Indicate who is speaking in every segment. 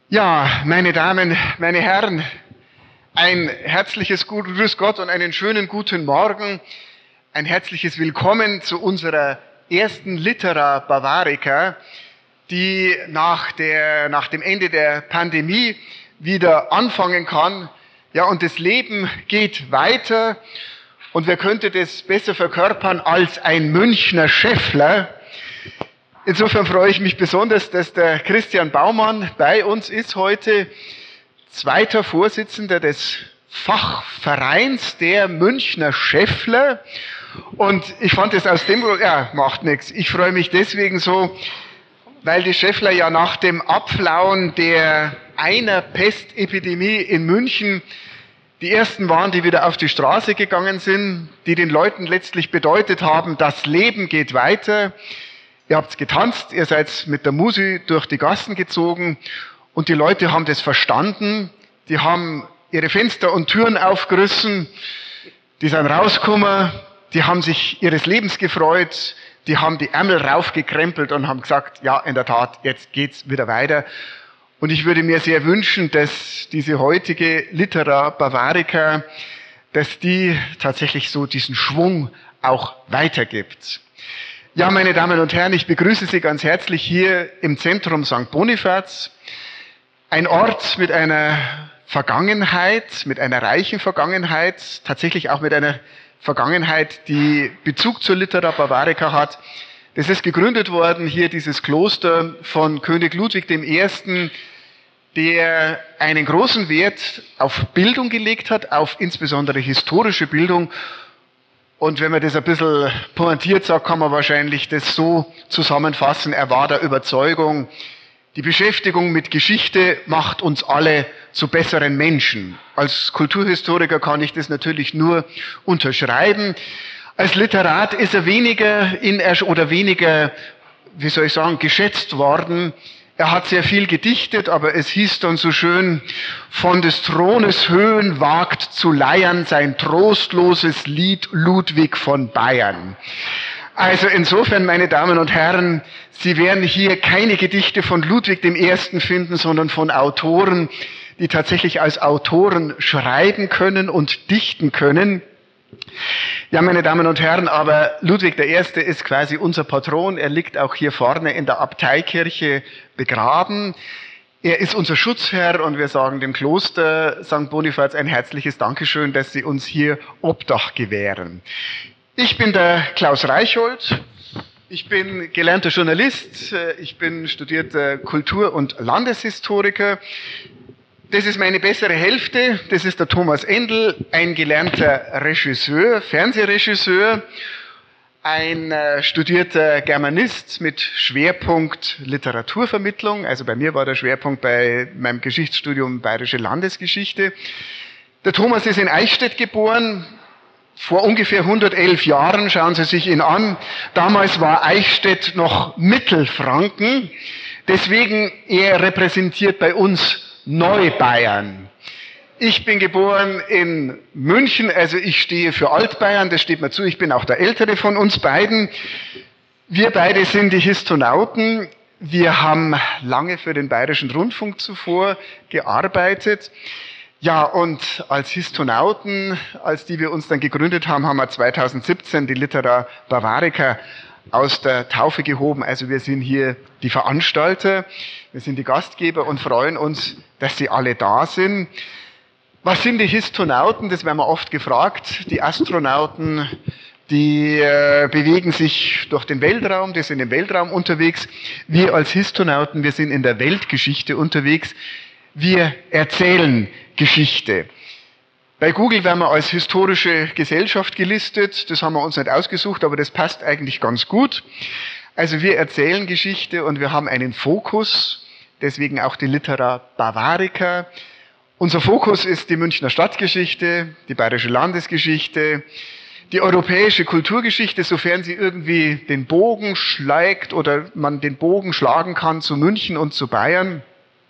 Speaker 1: Ja, meine Damen, meine Herren, ein herzliches Grüß Gott und einen schönen guten Morgen. Ein herzliches Willkommen zu unserer ersten Littera Bavarica, die nach dem Ende der Pandemie wieder anfangen kann. Ja, und das Leben geht weiter. Und wer könnte das besser verkörpern als ein Münchner Schäffler? Insofern freue ich mich besonders, dass der Christian Baumann bei uns ist heute, zweiter Vorsitzender des Fachvereins der Münchner Schäffler. Und ich fand es aus dem Grund, ja, macht nichts. Ich freue mich deswegen so, weil die Schäffler ja nach dem Abflauen der Einer-Pest-Epidemie in München die ersten waren, die wieder auf die Straße gegangen sind, die den Leuten letztlich bedeutet haben, das Leben geht weiter. Ihr habt getanzt, ihr seid mit der Musi durch die Gassen gezogen und die Leute haben das verstanden. Die haben ihre Fenster und Türen aufgerissen, die sind rausgekommen, die haben sich ihres Lebens gefreut, die haben die Ärmel raufgekrempelt und haben gesagt, ja, in der Tat, jetzt geht's wieder weiter. Und ich würde mir sehr wünschen, dass diese heutige Littera Bavarica, dass die tatsächlich so diesen Schwung auch weitergibt. Ja, meine Damen und Herren, ich begrüße Sie ganz herzlich hier im Zentrum St. Bonifaz. Ein Ort mit einer Vergangenheit, mit einer reichen Vergangenheit, tatsächlich auch mit einer Vergangenheit, die Bezug zur Littera Bavarica hat. Das ist gegründet worden, hier dieses Kloster von König Ludwig I., der einen großen Wert auf Bildung gelegt hat, auf insbesondere historische Bildung. Und wenn man das ein bisschen pointiert sagt, kann man wahrscheinlich das so zusammenfassen. Er war der Überzeugung, die Beschäftigung mit Geschichte macht uns alle zu besseren Menschen. Als Kulturhistoriker kann ich das natürlich nur unterschreiben. Als Literat ist er weniger geschätzt worden. Er hat sehr viel gedichtet, aber es hieß dann so schön, von des Thrones Höhen wagt zu leiern sein trostloses Lied Ludwig von Bayern. Also insofern, meine Damen und Herren, Sie werden hier keine Gedichte von Ludwig I. finden, sondern von Autoren, die tatsächlich als Autoren schreiben können und dichten können. Ja, meine Damen und Herren, aber Ludwig I. ist quasi unser Patron. Er liegt auch hier vorne in der Abteikirche begraben. Er ist unser Schutzherr und wir sagen dem Kloster St. Bonifaz ein herzliches Dankeschön, dass Sie uns hier Obdach gewähren. Ich bin der Klaus Reichold. Ich bin gelernter Journalist. Ich bin studierter Kultur- und Landeshistoriker. Das ist meine bessere Hälfte, das ist der Thomas Endl, ein gelernter Regisseur, Fernsehregisseur, ein studierter Germanist mit Schwerpunkt Literaturvermittlung, also bei mir war der Schwerpunkt bei meinem Geschichtsstudium Bayerische Landesgeschichte. Der Thomas ist in Eichstätt geboren, vor ungefähr 111 Jahren, schauen Sie sich ihn an, damals war Eichstätt noch Mittelfranken, deswegen er repräsentiert bei uns Neubayern. Ich bin geboren in München, also ich stehe für Altbayern, das steht mir zu, ich bin auch der Ältere von uns beiden. Wir beide sind die Histonauten. Wir haben lange für den Bayerischen Rundfunk zuvor gearbeitet. Ja, und als Histonauten, als die wir uns dann gegründet haben, haben wir 2017 die Littera Bavarica aus der Taufe gehoben. Also wir sind hier die Veranstalter, wir sind die Gastgeber und freuen uns, dass Sie alle da sind. Was sind die Histonauten? Das werden wir oft gefragt. Die Astronauten, die bewegen sich durch den Weltraum, die sind im Weltraum unterwegs. Wir als Histonauten, wir sind in der Weltgeschichte unterwegs. Wir erzählen Geschichte. Bei Google werden wir als historische Gesellschaft gelistet. Das haben wir uns nicht ausgesucht, aber das passt eigentlich ganz gut. Also wir erzählen Geschichte und wir haben einen Fokus, deswegen auch die Littera Bavarica. Unser Fokus ist die Münchner Stadtgeschichte, die Bayerische Landesgeschichte, die europäische Kulturgeschichte, sofern sie irgendwie den Bogen schlägt oder man den Bogen schlagen kann zu München und zu Bayern.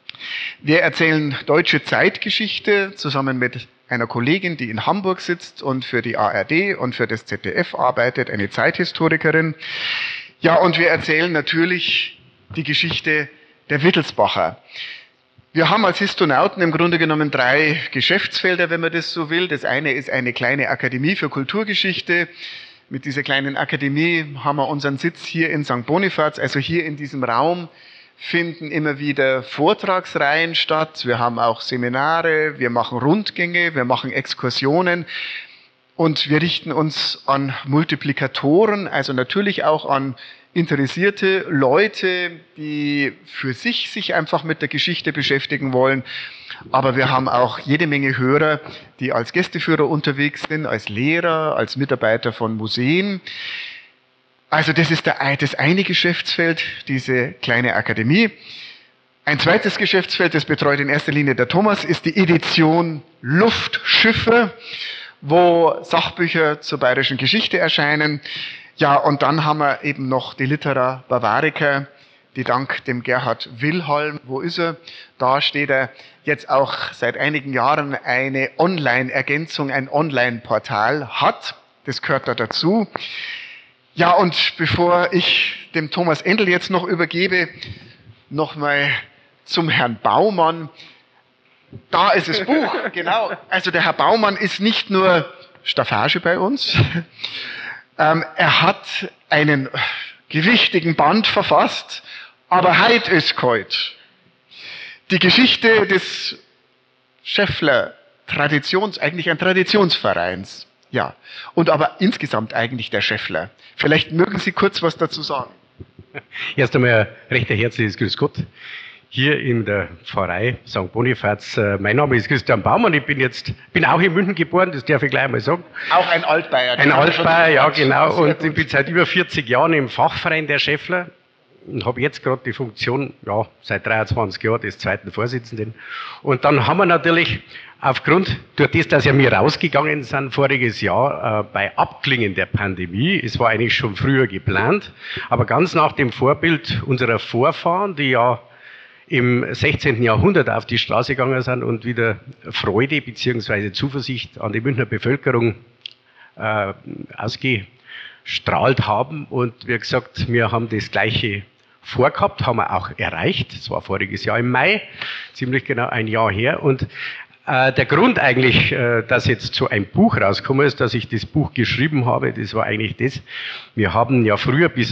Speaker 1: Wir erzählen deutsche Zeitgeschichte zusammen mit einer Kollegin, die in Hamburg sitzt und für die ARD und für das ZDF arbeitet, eine Zeithistorikerin. Ja, und wir erzählen natürlich die Geschichte der Wittelsbacher. Wir haben als Histonauten im Grunde genommen 3 Geschäftsfelder, wenn man das so will. Das eine ist eine kleine Akademie für Kulturgeschichte. Mit dieser kleinen Akademie haben wir unseren Sitz hier in St. Bonifaz, also hier in diesem Raum finden immer wieder Vortragsreihen statt. Wir haben auch Seminare, wir machen Rundgänge, wir machen Exkursionen und wir richten uns an Multiplikatoren, also natürlich auch an interessierte Leute, die für sich einfach mit der Geschichte beschäftigen wollen. Aber wir haben auch jede Menge Hörer, die als Gästeführer unterwegs sind, als Lehrer, als Mitarbeiter von Museen. Also das ist das eine Geschäftsfeld, diese kleine Akademie. Ein zweites Geschäftsfeld, das betreut in erster Linie der Thomas, ist die Edition Luftschiffe, wo Sachbücher zur bayerischen Geschichte erscheinen. Ja, und dann haben wir eben noch die Littera Bavarica, die dank dem Gerhard Wilhelm, wo ist er? Da steht er, jetzt auch seit einigen Jahren eine Online-Ergänzung, ein Online-Portal hat. Das gehört da dazu. Ja, und bevor ich dem Thomas Endl jetzt noch übergebe, nochmal zum Herrn Baumann. Da ist das Buch, genau. Also der Herr Baumann ist nicht nur Staffage bei uns, er hat einen gewichtigen Band verfasst, aber heit ist kalt. Die Geschichte des Scheffler eigentlich ein Traditionsvereins. Ja, und aber insgesamt eigentlich der Scheffler. Vielleicht mögen Sie kurz was dazu sagen.
Speaker 2: Erst einmal ein recht herzliches Grüß Gott. Hier in der Pfarrei St. Bonifaz. Mein Name ist Christian Baumann. Ich bin auch in München geboren, das darf ich gleich mal sagen.
Speaker 1: Auch ein Altbayer.
Speaker 2: Ein Altbayer, ja genau. Und ich bin seit über 40 Jahren im Fachverein der Scheffler und habe jetzt gerade die Funktion, ja, seit 23 Jahren des zweiten Vorsitzenden. Und dann haben wir natürlich aufgrund, durch das, dass ja wir rausgegangen sind voriges Jahr bei Abklingen der Pandemie, es war eigentlich schon früher geplant, aber ganz nach dem Vorbild unserer Vorfahren, die ja im 16. Jahrhundert auf die Straße gegangen sind und wieder Freude bzw. Zuversicht an die Münchner Bevölkerung ausgestrahlt haben. Und wie gesagt, wir haben das Gleiche vorgehabt, haben wir auch erreicht. Das war voriges Jahr im Mai, ziemlich genau ein Jahr her. Und der Grund eigentlich, dass jetzt so ein Buch rausgekommen ist, dass ich das Buch geschrieben habe, das war eigentlich das, wir haben ja früher bis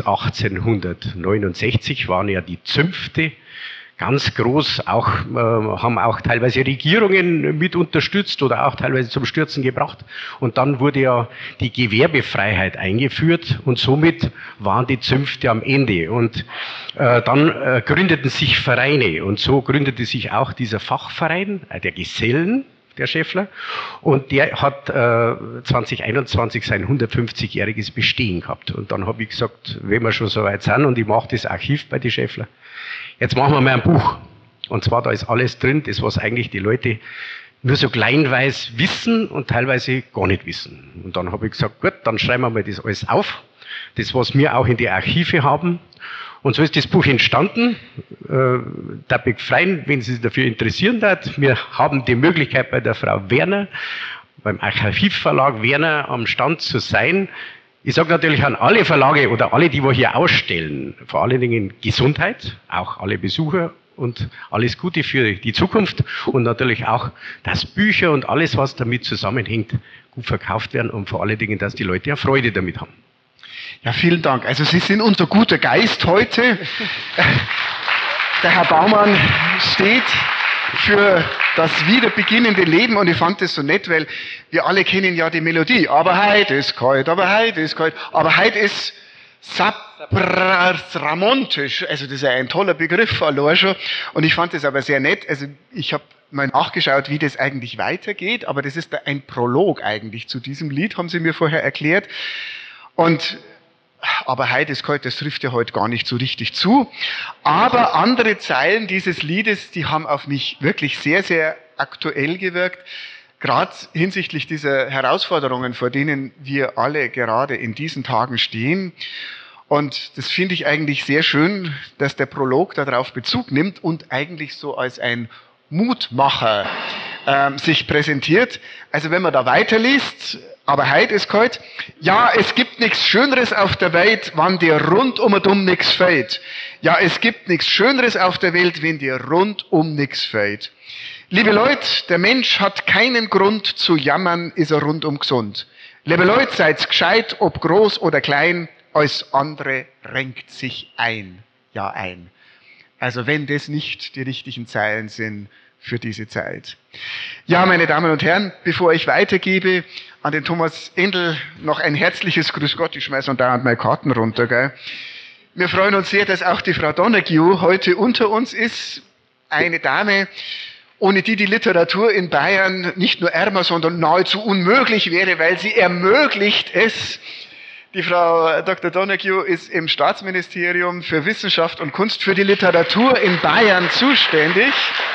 Speaker 2: 1869 waren ja die Zünfte ganz groß, haben auch teilweise Regierungen mit unterstützt oder auch teilweise zum Stürzen gebracht. Und dann wurde ja die Gewerbefreiheit eingeführt und somit waren die Zünfte am Ende. Und dann gründeten sich Vereine und so gründete sich auch dieser Fachverein der Gesellen, der Scheffler. Und der hat 2021 sein 150-jähriges Bestehen gehabt. Und dann habe ich gesagt, wenn wir schon so weit sind und ich mache das Archiv bei die Scheffler, jetzt machen wir mal ein Buch. Und zwar, da ist alles drin, das, was eigentlich die Leute nur so kleinweise wissen und teilweise gar nicht wissen. Und dann habe ich gesagt, gut, dann schreiben wir mal das alles auf. Das, was wir auch in die Archive haben. Und so ist das Buch entstanden. Da bin ich freuen, wenn Sie sich dafür interessieren hat. Wir haben die Möglichkeit, bei der Frau Werner, beim Archivverlag Werner am Stand zu sein. Ich sage natürlich an alle Verlage oder alle, die wir hier ausstellen, vor allen Dingen Gesundheit, auch alle Besucher und alles Gute für die Zukunft und natürlich auch, dass Bücher und alles, was damit zusammenhängt, gut verkauft werden und vor allen Dingen, dass die Leute ja Freude damit haben.
Speaker 1: Ja, vielen Dank. Also Sie sind unser guter Geist heute. Der Herr Baumann steht für das wiederbeginnende Leben und ich fand das so nett, weil wir alle kennen ja die Melodie. Aber heute ist kalt, aber heute ist kalt, aber heute ist sapramontisch. Also das ist ein toller Begriff, allein schon. Und ich fand das aber sehr nett. Also ich habe mal nachgeschaut, wie das eigentlich weitergeht, aber das ist ein Prolog eigentlich zu diesem Lied, haben Sie mir vorher erklärt. Und aber heute ist kalt, das trifft ja heute gar nicht so richtig zu. Aber andere Zeilen dieses Liedes, die haben auf mich wirklich sehr, sehr aktuell gewirkt. Gerade hinsichtlich dieser Herausforderungen, vor denen wir alle gerade in diesen Tagen stehen. Und das finde ich eigentlich sehr schön, dass der Prolog darauf Bezug nimmt und eigentlich so als ein Mutmacher sich präsentiert. Also wenn man da weiterliest, Aber heute ist kalt. Ja, es gibt nichts Schöneres auf der Welt, wann dir rundum nichts fehlt. Ja, es gibt nichts Schöneres auf der Welt, wenn dir rundum nichts fehlt. Liebe Leute, der Mensch hat keinen Grund zu jammern, ist er rundum gesund. Liebe Leute, seid gescheit, ob groß oder klein, alles andere renkt sich ein. Ja, ein. Also wenn das nicht die richtigen Zeilen sind für diese Zeit. Ja, meine Damen und Herren, bevor ich weitergebe, an den Thomas Endel noch ein herzliches Grüß Gott. Ich schmeiße dauernd meine Karten runter, gell. Wir freuen uns sehr, dass auch die Frau Donoghue heute unter uns ist. Eine Dame, ohne die die Literatur in Bayern nicht nur ärmer, sondern nahezu unmöglich wäre, weil sie ermöglicht es. Die Frau Dr. Donoghue ist im Staatsministerium für Wissenschaft und Kunst für die Literatur in Bayern zuständig.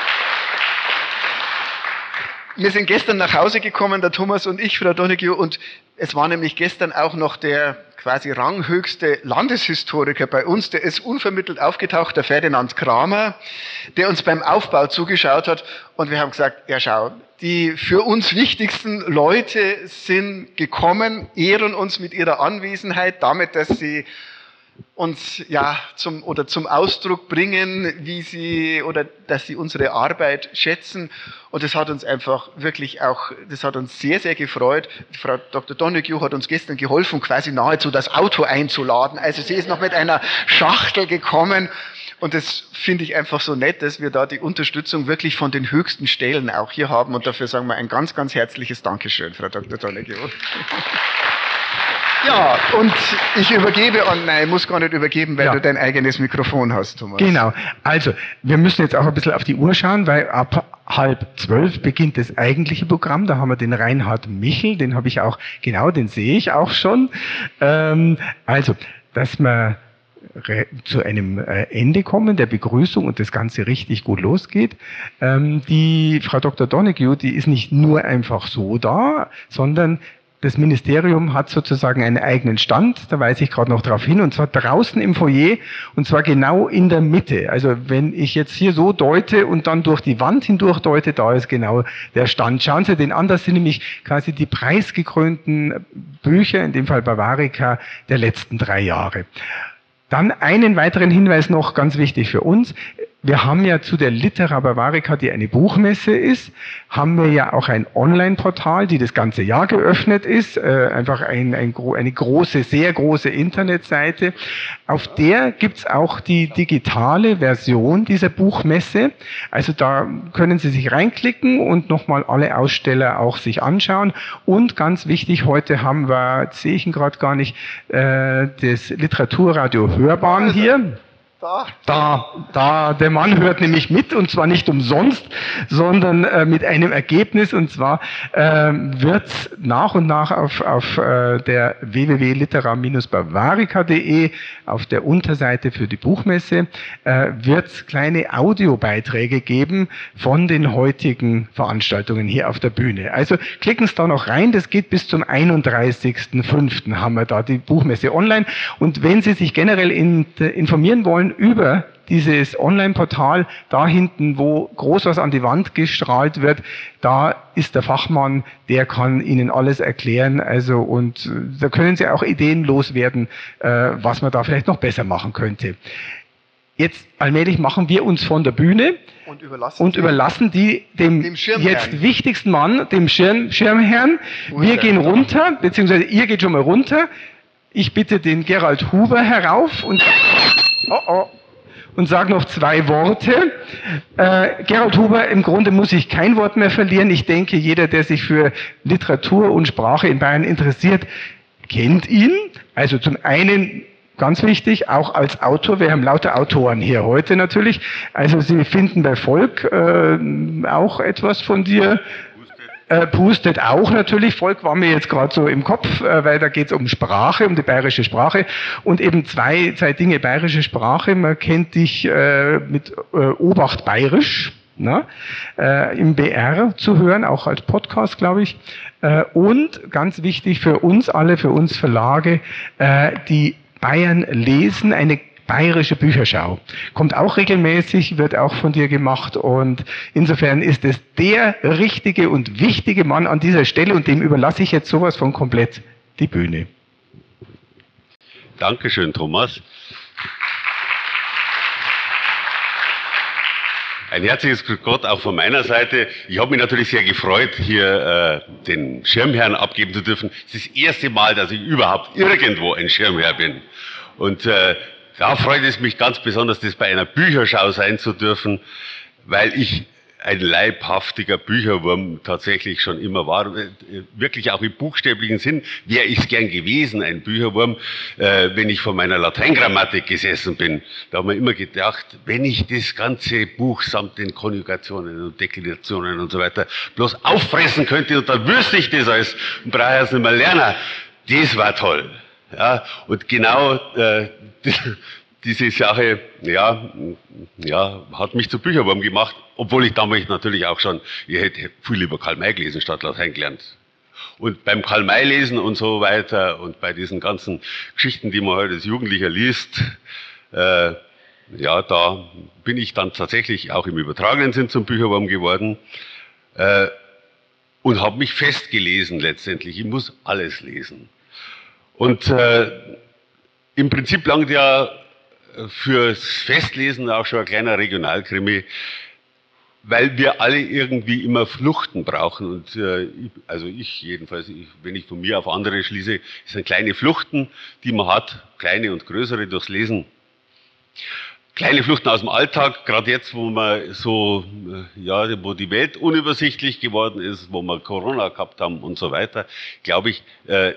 Speaker 1: Wir sind gestern nach Hause gekommen, der Thomas und ich, Frau Donoghue, und es war nämlich gestern auch noch der quasi ranghöchste Landeshistoriker bei uns, der ist unvermittelt aufgetaucht, der Ferdinand Kramer, der uns beim Aufbau zugeschaut hat, und wir haben gesagt, ja schau, die für uns wichtigsten Leute sind gekommen, ehren uns mit ihrer Anwesenheit, damit, dass sie uns ja zum Ausdruck bringen, dass sie unsere Arbeit schätzen. Und das hat uns einfach wirklich auch, das hat uns sehr, sehr gefreut. Die Frau Dr. Donoghue hat uns gestern geholfen, quasi nahezu das Auto einzuladen. Also sie ist noch mit einer Schachtel gekommen. Und das finde ich einfach so nett, dass wir da die Unterstützung wirklich von den höchsten Stellen auch hier haben. Und dafür sagen wir ein ganz, ganz herzliches Dankeschön, Frau Dr. Donoghue. Ja, und ich übergebe, nein, ich muss gar nicht übergeben, weil du dein eigenes Mikrofon hast, Thomas.
Speaker 3: Genau, also wir müssen jetzt auch ein bisschen auf die Uhr schauen, weil ab 11:30 beginnt das eigentliche Programm. Da haben wir den Reinhard Michel, den habe ich auch, genau, den sehe ich auch schon. Also, dass wir zu einem Ende kommen, der Begrüßung, und das Ganze richtig gut losgeht. Die Frau Dr. Donoghue, die ist nicht nur einfach so da, sondern das Ministerium hat sozusagen einen eigenen Stand, da weise ich gerade noch darauf hin, und zwar draußen im Foyer, und zwar genau in der Mitte. Also wenn ich jetzt hier so deute und dann durch die Wand hindurch deute, da ist genau der Stand. Schauen Sie den an, das sind nämlich quasi die preisgekrönten Bücher, in dem Fall Bavarica, der letzten 3 Jahre. Dann einen weiteren Hinweis noch, ganz wichtig für uns. Wir haben ja zu der Litera Bavarica, die eine Buchmesse ist, haben wir ja auch ein Online-Portal, die das ganze Jahr geöffnet ist, einfach eine große, sehr große Internetseite. Auf der gibt's auch die digitale Version dieser Buchmesse. Also da können Sie sich reinklicken und nochmal alle Aussteller auch sich anschauen. Und ganz wichtig, heute haben wir, jetzt sehe ich ihn gerade gar nicht, das Literaturradio Hörbahn hier. Da, der Mann hört nämlich mit, und zwar nicht umsonst, sondern mit einem Ergebnis, und zwar wird nach und nach auf der www.litera-bavarica.de auf der Unterseite für die Buchmesse wird kleine Audiobeiträge geben von den heutigen Veranstaltungen hier auf der Bühne. Also klicken Sie da noch rein, das geht bis zum 31.05. haben wir da die Buchmesse online, und wenn Sie sich generell informieren wollen über dieses Online-Portal, da hinten, wo groß was an die Wand gestrahlt wird, da ist der Fachmann, der kann Ihnen alles erklären, also, und da können Sie auch Ideen loswerden, was man da vielleicht noch besser machen könnte. Jetzt allmählich machen wir uns von der Bühne und überlassen die dem jetzt wichtigsten Mann, dem Schirmherrn. Wir gehen runter, beziehungsweise ihr geht schon mal runter. Ich bitte den Gerald Huber herauf und sage noch 2 Worte. Gerald Huber, im Grunde muss ich kein Wort mehr verlieren. Ich denke, jeder, der sich für Literatur und Sprache in Bayern interessiert, kennt ihn. Also zum einen, ganz wichtig, auch als Autor. Wir haben lauter Autoren hier heute natürlich. Also Sie finden bei Volk auch etwas von dir. Pustet auch natürlich, Volk war mir jetzt gerade so im Kopf, weil da geht es um Sprache, um die bayerische Sprache, und eben zwei Dinge, bayerische Sprache, man kennt dich mit Obacht Bayerisch, im BR zu hören, auch als Podcast, glaube ich, und ganz wichtig für uns alle, für uns Verlage, die Bayern lesen, eine Bayerische Bücherschau. Kommt auch regelmäßig, wird auch von dir gemacht und insofern ist es der richtige und wichtige Mann an dieser Stelle und dem überlasse ich jetzt sowas von komplett die Bühne.
Speaker 4: Dankeschön, Thomas. Ein herzliches Grüß Gott auch von meiner Seite. Ich habe mich natürlich sehr gefreut, hier den Schirmherrn abgeben zu dürfen. Es ist das erste Mal, dass ich überhaupt irgendwo ein Schirmherr bin. Und da freut es mich ganz besonders, das bei einer Bücherschau sein zu dürfen, weil ich ein leibhaftiger Bücherwurm tatsächlich schon immer war. Wirklich auch im buchstäblichen Sinn wäre ich es gern gewesen, ein Bücherwurm, wenn ich vor meiner Lateingrammatik gesessen bin. Da haben wir immer gedacht, wenn ich das ganze Buch samt den Konjugationen und Deklinationen und so weiter bloß auffressen könnte und dann wüsste ich das alles und brauche ich es nicht mehr lernen. Das war toll. Ja, und genau diese Sache, ja, hat mich zu Bücherwurm gemacht, obwohl ich damals natürlich auch schon, ich hätte viel lieber Karl May gelesen statt Latein gelernt. Und beim Karl May lesen und so weiter und bei diesen ganzen Geschichten, die man heute als Jugendlicher liest, ja, da bin ich dann tatsächlich auch im übertragenen Sinn zum Bücherwurm geworden und habe mich festgelesen letztendlich. Ich muss alles lesen. Und im Prinzip langt ja fürs Festlesen auch schon ein kleiner Regionalkrimi, weil wir alle irgendwie immer Fluchten brauchen. Und also ich jedenfalls, wenn ich von mir auf andere schließe, es sind kleine Fluchten, die man hat, kleine und größere durchs Lesen. Kleine Fluchten aus dem Alltag, gerade jetzt, wo man so, ja, wo die Welt unübersichtlich geworden ist, wo wir Corona gehabt haben und so weiter, glaube ich,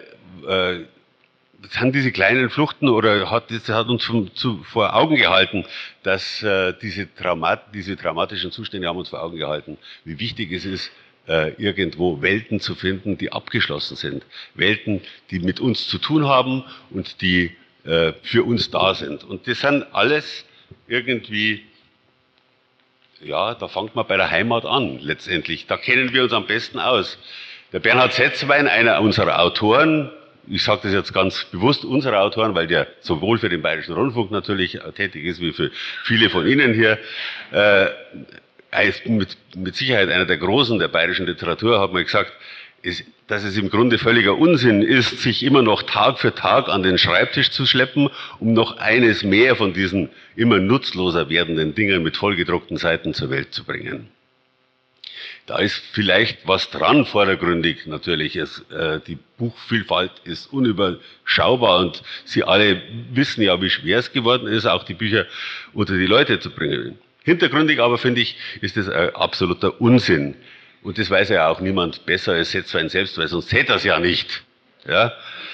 Speaker 4: sind diese kleinen Fluchten oder hat uns vor Augen gehalten, dass diese traumatischen Zustände haben uns vor Augen gehalten, wie wichtig es ist, irgendwo Welten zu finden, die abgeschlossen sind. Welten, die mit uns zu tun haben und die für uns da sind. Und das sind alles irgendwie, ja, da fängt man bei der Heimat an, letztendlich. Da kennen wir uns am besten aus. Der Bernhard Setzwein, einer unserer Autoren, ich sage das jetzt ganz bewusst, unsere Autoren, weil der sowohl für den Bayerischen Rundfunk natürlich tätig ist, wie für viele von Ihnen hier, er ist mit Sicherheit einer der Großen der bayerischen Literatur, hat man gesagt, dass es im Grunde völliger Unsinn ist, sich immer noch Tag für Tag an den Schreibtisch zu schleppen, um noch eines mehr von diesen immer nutzloser werdenden Dingen mit vollgedruckten Seiten zur Welt zu bringen. Da ist vielleicht was dran, vordergründig natürlich. Die Buchvielfalt ist unüberschaubar und Sie alle wissen ja, wie schwer es geworden ist, auch die Bücher unter die Leute zu bringen. Hintergründig aber, finde ich, ist das ein absoluter Unsinn. Und das weiß ja auch niemand besser als Setzwein selbst, weil sonst hätte er es ja nicht. Ja?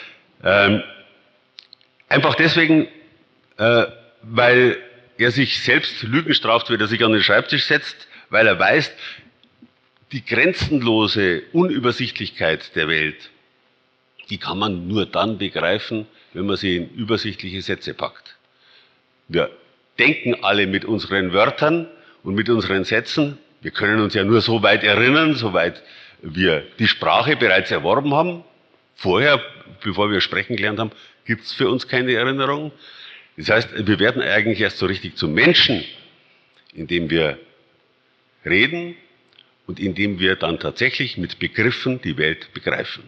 Speaker 4: Einfach deswegen, weil er sich selbst Lügen straft, wenn er sich an den Schreibtisch setzt, weil er weiß, die grenzenlose Unübersichtlichkeit der Welt, die kann man nur dann begreifen, wenn man sie in übersichtliche Sätze packt. Wir denken alle mit unseren Wörtern und mit unseren Sätzen. Wir können uns ja nur so weit erinnern, soweit wir die Sprache bereits erworben haben. Vorher, bevor wir sprechen gelernt haben, gibt es für uns keine Erinnerung. Das heißt, wir werden eigentlich erst so richtig zum Menschen, indem wir reden, und indem wir dann tatsächlich mit Begriffen die Welt begreifen.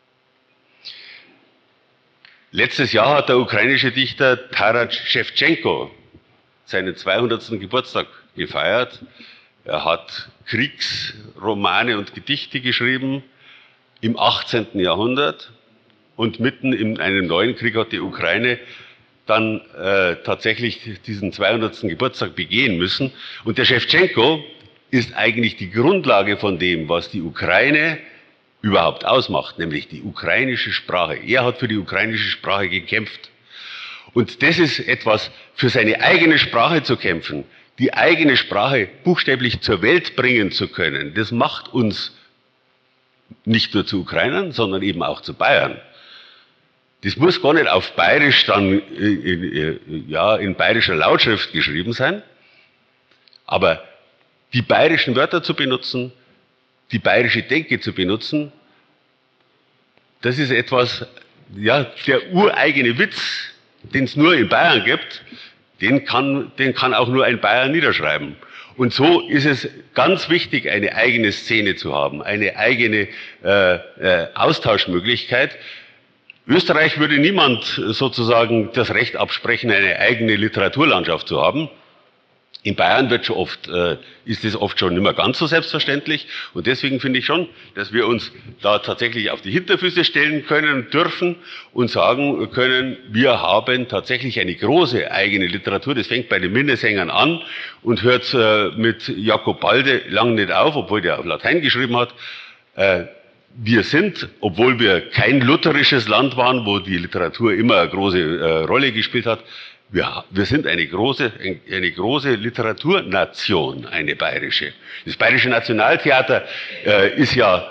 Speaker 4: Letztes Jahr hat der ukrainische Dichter Taras Schewtschenko seinen 200. Geburtstag gefeiert. Er hat Kriegsromane und Gedichte geschrieben im 18. Jahrhundert und mitten in einem neuen Krieg hat die Ukraine dann tatsächlich diesen 200. Geburtstag begehen müssen. Und der Schewtschenko ist eigentlich die Grundlage von dem, was die Ukraine überhaupt ausmacht, nämlich die ukrainische Sprache. Er hat für die ukrainische Sprache gekämpft. Und das ist etwas, für seine eigene Sprache zu kämpfen, die eigene Sprache buchstäblich zur Welt bringen zu können, das macht uns nicht nur zu Ukrainern, sondern eben auch zu Bayern. Das muss gar nicht auf Bayerisch dann in bayerischer Lautschrift geschrieben sein, aber die bayerischen Wörter zu benutzen, die bayerische Denke zu benutzen, das ist etwas, ja, der ureigene Witz, den es nur in Bayern gibt, den kann auch nur ein Bayer niederschreiben. Und so ist es ganz wichtig, eine eigene Szene zu haben, eine eigene Austauschmöglichkeit. Österreich würde niemand sozusagen das Recht absprechen, eine eigene Literaturlandschaft zu haben. In Bayern ist das oft schon nicht mehr ganz so selbstverständlich. Und deswegen finde ich schon, dass wir uns da tatsächlich auf die Hinterfüße stellen können, dürfen und sagen können, wir haben tatsächlich eine große eigene Literatur. Das fängt bei den Minnesängern an und hört mit Jakob Balde lang nicht auf, obwohl der auf Latein geschrieben hat. Wir sind, obwohl wir kein lutherisches Land waren, wo die Literatur immer eine große Rolle gespielt hat, wir sind eine große Literaturnation, eine bayerische. Das Bayerische Nationaltheater ist ja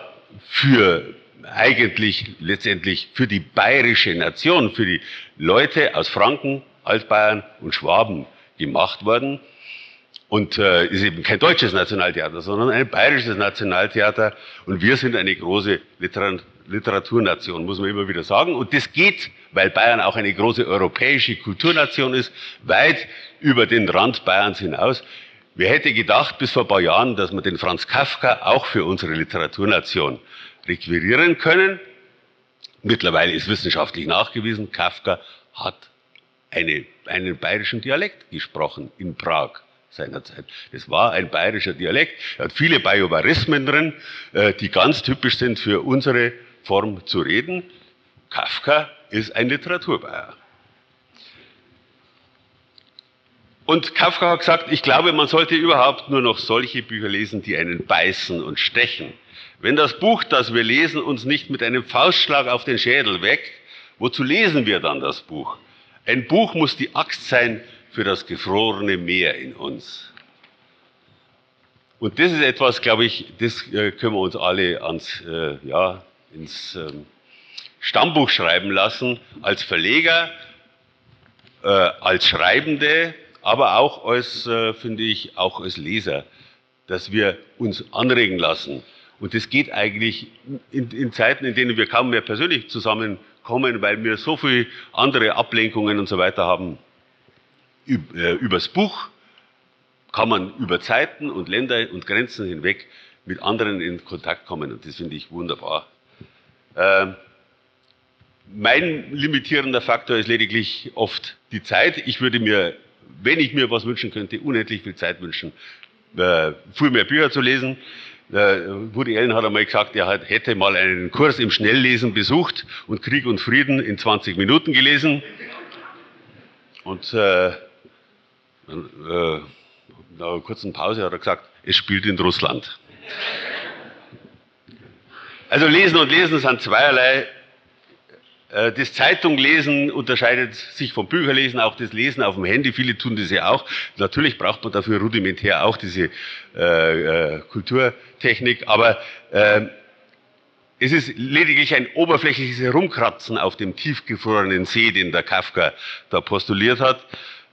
Speaker 4: letztendlich für die bayerische Nation, für die Leute aus Franken, Altbayern und Schwaben gemacht worden. Und ist eben kein deutsches Nationaltheater, sondern ein bayerisches Nationaltheater. Und wir sind eine große Literaturnation, muss man immer wieder sagen. Und das geht, weil Bayern auch eine große europäische Kulturnation ist, weit über den Rand Bayerns hinaus. Wer hätte gedacht bis vor ein paar Jahren, dass wir den Franz Kafka auch für unsere Literaturnation requirieren können? Mittlerweile ist wissenschaftlich nachgewiesen, Kafka hat einen bayerischen Dialekt gesprochen in Prag seinerzeit. Das war ein bayerischer Dialekt. Er hat viele Bajuwarismen drin, die ganz typisch sind für unsere Form zu reden. Kafka ist ein Literaturbayer. Und Kafka hat gesagt, ich glaube, man sollte überhaupt nur noch solche Bücher lesen, die einen beißen und stechen. Wenn das Buch, das wir lesen, uns nicht mit einem Faustschlag auf den Schädel weckt, wozu lesen wir dann das Buch? Ein Buch muss die Axt sein für das gefrorene Meer in uns. Und das ist etwas, glaube ich, das können wir uns alle ins Stammbuch schreiben lassen, als Verleger, als Schreibende, aber auch als, finde ich, auch als Leser, dass wir uns anregen lassen. Und das geht eigentlich in Zeiten, in denen wir kaum mehr persönlich zusammenkommen, weil wir so viele andere Ablenkungen und so weiter haben. Übers Buch kann man über Zeiten und Länder und Grenzen hinweg mit anderen in Kontakt kommen. Und das finde ich wunderbar. Mein limitierender Faktor ist lediglich oft die Zeit. Ich würde mir, wenn ich mir was wünschen könnte, unendlich viel Zeit wünschen, viel mehr Bücher zu lesen. Woody Allen hat einmal gesagt, er hätte mal einen Kurs im Schnelllesen besucht und Krieg und Frieden in 20 Minuten gelesen. Und nach einer kurzen Pause hat er gesagt, es spielt in Russland. Also Lesen und Lesen sind zweierlei. Das Zeitunglesen unterscheidet sich vom Bücherlesen, auch das Lesen auf dem Handy. Viele tun das ja auch. Natürlich braucht man dafür rudimentär auch diese Kulturtechnik, aber es ist lediglich ein oberflächliches Herumkratzen auf dem tiefgefrorenen See, den der Kafka da postuliert hat.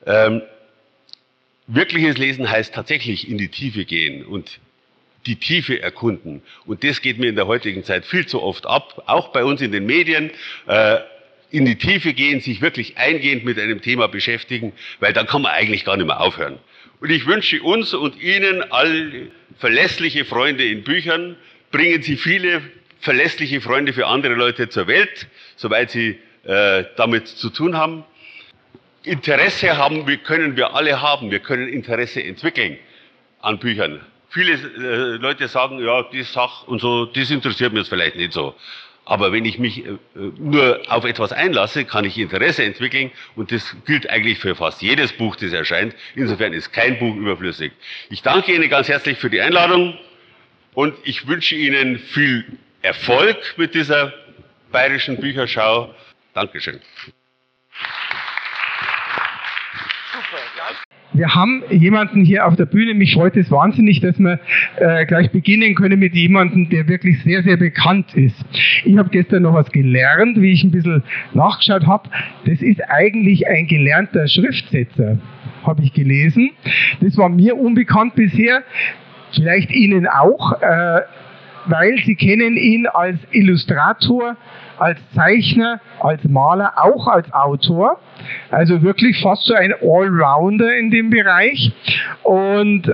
Speaker 4: Wirkliches Lesen heißt tatsächlich in die Tiefe gehen und die Tiefe erkunden. Und das geht mir in der heutigen Zeit viel zu oft ab, auch bei uns in den Medien, in die Tiefe gehen, sich wirklich eingehend mit einem Thema beschäftigen, weil dann kann man eigentlich gar nicht mehr aufhören. Und ich wünsche uns und Ihnen all verlässliche Freunde in Büchern, bringen Sie viele verlässliche Freunde für andere Leute zur Welt, soweit Sie damit zu tun haben. Interesse können wir alle haben, wir können Interesse entwickeln an Büchern. Viele Leute sagen, ja, die Sache und so, das interessiert mich jetzt vielleicht nicht so. Aber wenn ich mich nur auf etwas einlasse, kann ich Interesse entwickeln und das gilt eigentlich für fast jedes Buch, das erscheint. Insofern ist kein Buch überflüssig. Ich danke Ihnen ganz herzlich für die Einladung und ich wünsche Ihnen viel Erfolg mit dieser bayerischen Bücherschau. Dankeschön.
Speaker 3: Wir haben jemanden hier auf der Bühne, mich freut es wahnsinnig, dass wir gleich beginnen können mit jemandem, der wirklich sehr, sehr bekannt ist. Ich habe gestern noch was gelernt, wie ich ein bisschen nachgeschaut habe. Das ist eigentlich ein gelernter Schriftsetzer, habe ich gelesen. Das war mir unbekannt bisher, vielleicht Ihnen auch. weil Sie kennen ihn als Illustrator, als Zeichner, als Maler, auch als Autor. Also wirklich fast so ein Allrounder in dem Bereich. Und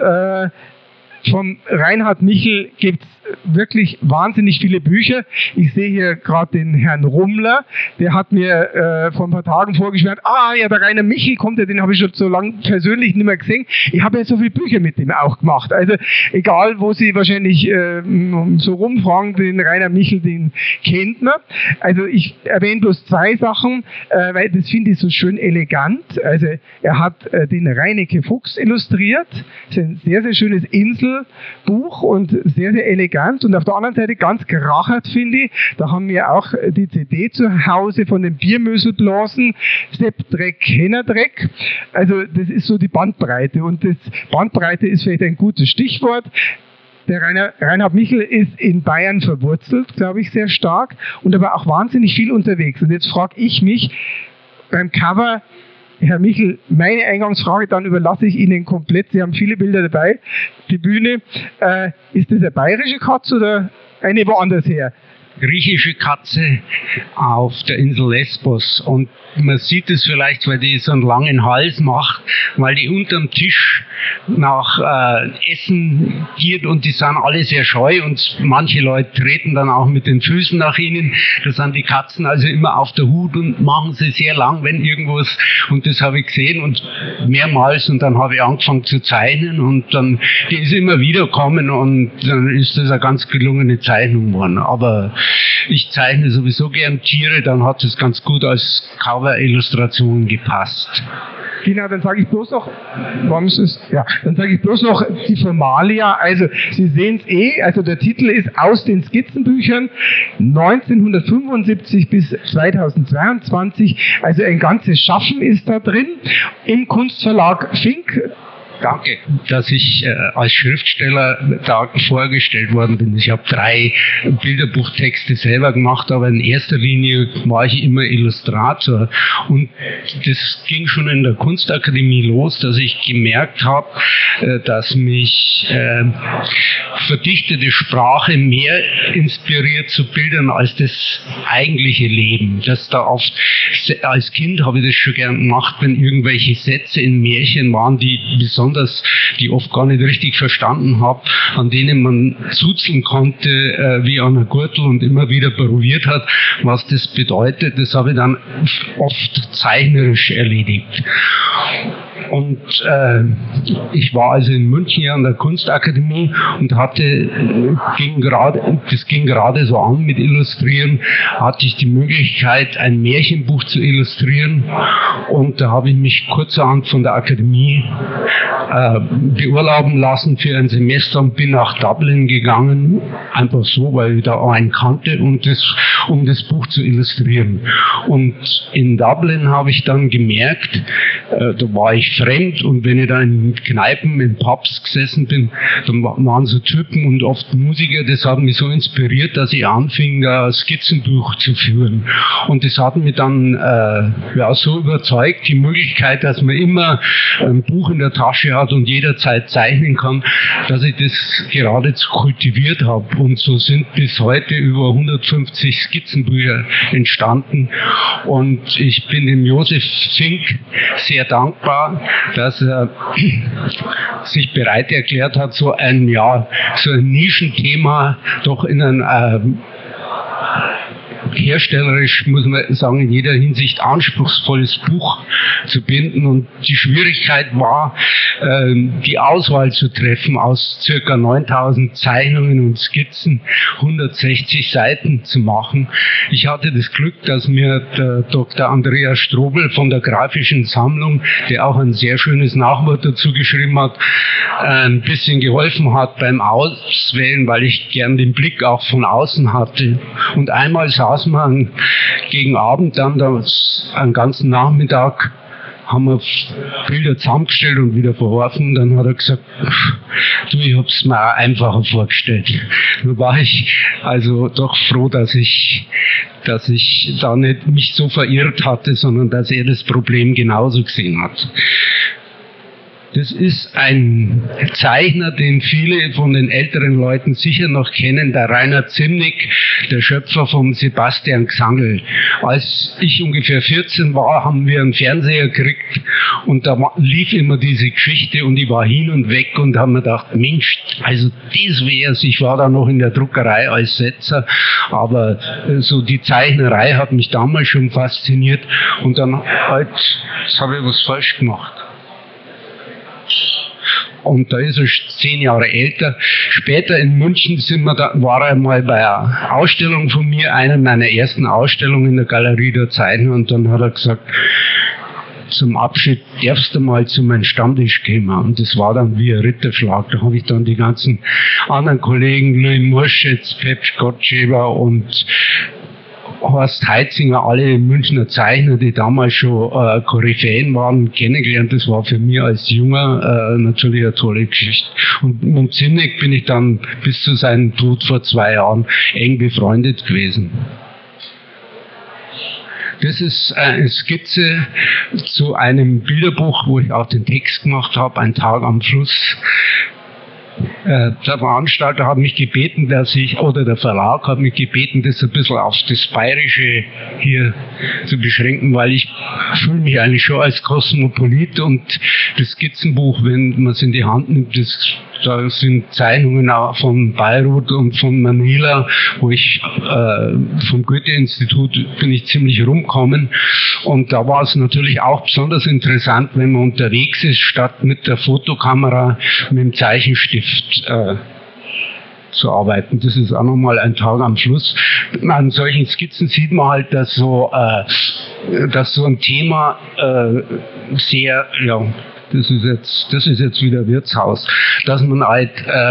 Speaker 3: vom Reinhard Michel gibt es wirklich wahnsinnig viele Bücher. Ich sehe hier gerade den Herrn Rummler, der hat mir vor ein paar Tagen vorgeschwärmt, ja, der Rainer Michel kommt ja, den habe ich schon so lange persönlich nicht mehr gesehen. Ich habe ja so viele Bücher mit dem auch gemacht. Also egal, wo Sie wahrscheinlich so rumfragen, den Rainer Michel, den kennt man. Also ich erwähne bloß zwei Sachen, weil das finde ich so schön elegant. Also er hat den Reineke Fuchs illustriert. Das ist ein sehr, sehr schönes Inselbuch und sehr, sehr elegant. Und auf der anderen Seite ganz gerachert, finde ich, da haben wir auch die CD zu Hause von den Biermöselblasen, Sepp Dreck, Henner Dreck. Also das ist so die Bandbreite. Und das Bandbreite ist vielleicht ein gutes Stichwort. Der Reinhard Michel ist in Bayern verwurzelt, glaube ich, sehr stark und aber auch wahnsinnig viel unterwegs. Und jetzt frage ich mich beim Cover, Herr Michel, meine Eingangsfrage, dann überlasse ich Ihnen komplett. Sie haben viele Bilder dabei, die Bühne. Ist das eine bayerische Katze oder eine woanders her?
Speaker 5: Griechische Katze auf der Insel Lesbos. Und man sieht es vielleicht, weil die so einen langen Hals macht, weil die unterm Tisch nach Essen giert und die sind alle sehr scheu und manche Leute treten dann auch mit den Füßen nach ihnen. Da sind die Katzen also immer auf der Hut und machen sie sehr lang, wenn irgendwas, und das habe ich gesehen und mehrmals, und dann habe ich angefangen zu zeichnen und dann, die ist immer wieder gekommen und dann ist das eine ganz gelungene Zeichnung geworden. Aber ich zeichne sowieso gern Tiere, dann hat es ganz gut als Cover-Illustration gepasst.
Speaker 3: Genau, dann sage ich bloß noch, dann sage ich bloß noch die Formalia. Also Sie sehen es also der Titel ist Aus den Skizzenbüchern 1975 bis 2022. Also ein ganzes Schaffen ist da drin im Kunstverlag Fink.
Speaker 5: Danke, dass ich als Schriftsteller da vorgestellt worden bin. Ich habe 3 Bilderbuchtexte selber gemacht, aber in erster Linie war ich immer Illustrator. Und das ging schon in der Kunstakademie los, dass ich gemerkt habe, dass mich verdichtete Sprache mehr inspiriert zu Bildern als das eigentliche Leben. Das da oft, als Kind habe ich das schon gern gemacht, wenn irgendwelche Sätze in Märchen waren, die oft gar nicht richtig verstanden habe, an denen man zuzeln konnte wie an einer Gürtel und immer wieder probiert hat, was das bedeutet. Das habe ich dann oft zeichnerisch erledigt. Und ich war also in München an der Kunstakademie und das ging gerade so an mit Illustrieren, hatte ich die Möglichkeit, ein Märchenbuch zu illustrieren und da habe ich mich kurzerhand von der Akademie beurlauben lassen für ein Semester und bin nach Dublin gegangen, einfach so, weil ich da einen kannte, um das Buch zu illustrieren. Und in Dublin habe ich dann gemerkt, da war ich fremd und wenn ich da in Kneipen, in Pubs gesessen bin, dann waren so Typen und oft Musiker, das hat mich so inspiriert, dass ich anfing, ein Skizzenbuch zu führen. Und das hat mich dann so überzeugt, die Möglichkeit, dass man immer ein Buch in der Tasche hat und jederzeit zeichnen kann, dass ich das geradezu kultiviert habe. Und so sind bis heute über 150 Skizzenbücher entstanden. Und ich bin dem Josef Fink sehr dankbar, dass er sich bereit erklärt hat, so ein Nischenthema doch in ein herstellerisch, muss man sagen, in jeder Hinsicht anspruchsvolles Buch zu binden. Und die Schwierigkeit war, die Auswahl zu treffen aus ca. 9000 Zeichnungen und Skizzen, 160 Seiten zu machen. Ich hatte das Glück, dass mir der Dr. Andreas Strobel von der Grafischen Sammlung, der auch ein sehr schönes Nachwort dazu geschrieben hat, ein bisschen geholfen hat beim Auswählen, weil ich gern den Blick auch von außen hatte. Und einmal saßen wir gegen Abend dann einen ganzen Nachmittag, haben wir Bilder zusammengestellt und wieder verworfen. Dann hat er gesagt, du, ich habe es mir auch einfacher vorgestellt. Nun war ich also doch froh, dass ich da nicht mich so verirrt hatte, sondern dass er das Problem genauso gesehen hat. Das ist ein Zeichner, den viele von den älteren Leuten sicher noch kennen, der Rainer Zimnick, der Schöpfer von Sebastian Xangl. Als ich ungefähr 14 war, haben wir einen Fernseher gekriegt und da lief immer diese Geschichte und ich war hin und weg und habe mir gedacht, Mensch, also das wär's. Ich war da noch in der Druckerei als Setzer, aber so die Zeichnerei hat mich damals schon fasziniert und dann halt, jetzt habe ich was falsch gemacht. Und da ist er 10 Jahre älter. Später in München war er mal bei einer Ausstellung von mir, einer meiner ersten Ausstellungen in der Galerie der Zeichner, und dann hat er gesagt, zum Abschied darfst du mal zu meinem Stammtisch kommen. Und das war dann wie ein Ritterschlag. Da habe ich dann die ganzen anderen Kollegen, Louis Murschitz, Pep Gottschieber und Horst Heitzinger, alle Münchner Zeichner, die damals schon Koryphäen waren, kennengelernt. Das war für mich als Junger natürlich eine tolle Geschichte. Und mit Zimnick bin ich dann bis zu seinem Tod vor 2 Jahren eng befreundet gewesen. Das ist eine Skizze zu einem Bilderbuch, wo ich auch den Text gemacht habe, Ein Tag am Fluss. Der Veranstalter hat mich gebeten, der Verlag hat mich gebeten, das ein bisschen auf das Bayerische hier zu beschränken, weil ich fühle mich eigentlich schon als Kosmopolit und das Skizzenbuch, wenn man es in die Hand nimmt, da sind Zeichnungen auch von Beirut und von Manila, wo ich vom Goethe-Institut bin ich ziemlich rumgekommen. Und da war es natürlich auch besonders interessant, wenn man unterwegs ist, statt mit der Fotokamera mit dem Zeichenstift zu arbeiten. Das ist auch nochmal ein Tag am Fluss. An solchen Skizzen sieht man halt, dass so ein Thema sehr, ja, das ist jetzt wieder Wirtshaus, dass man halt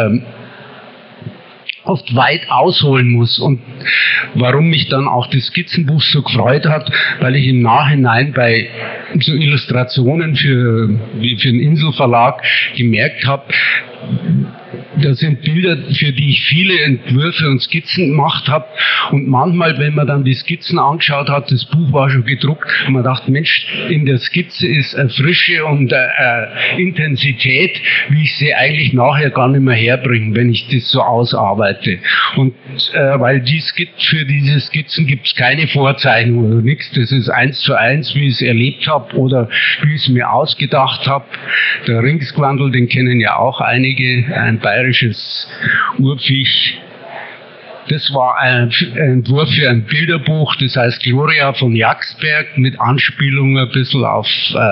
Speaker 5: oft weit ausholen muss. Und warum mich dann auch das Skizzenbuch so gefreut hat, weil ich im Nachhinein bei so Illustrationen für den Inselverlag gemerkt habe, das sind Bilder, für die ich viele Entwürfe und Skizzen gemacht habe. Und manchmal, wenn man dann die Skizzen angeschaut hat, das Buch war schon gedruckt, und man dachte, Mensch, in der Skizze ist eine Frische und eine Intensität, wie ich sie eigentlich nachher gar nicht mehr herbringe, wenn ich das so ausarbeite. Und weil für diese Skizzen gibt es keine Vorzeichnung oder nichts, das ist 1:1, wie ich es erlebt habe oder wie ich es mir ausgedacht habe. Der Ringsquandl, den kennen ja auch einige, ein bayerisches Urviech. Das war ein Entwurf für ein Bilderbuch, das heißt Gloria von Jagsberg, mit Anspielung ein bisschen auf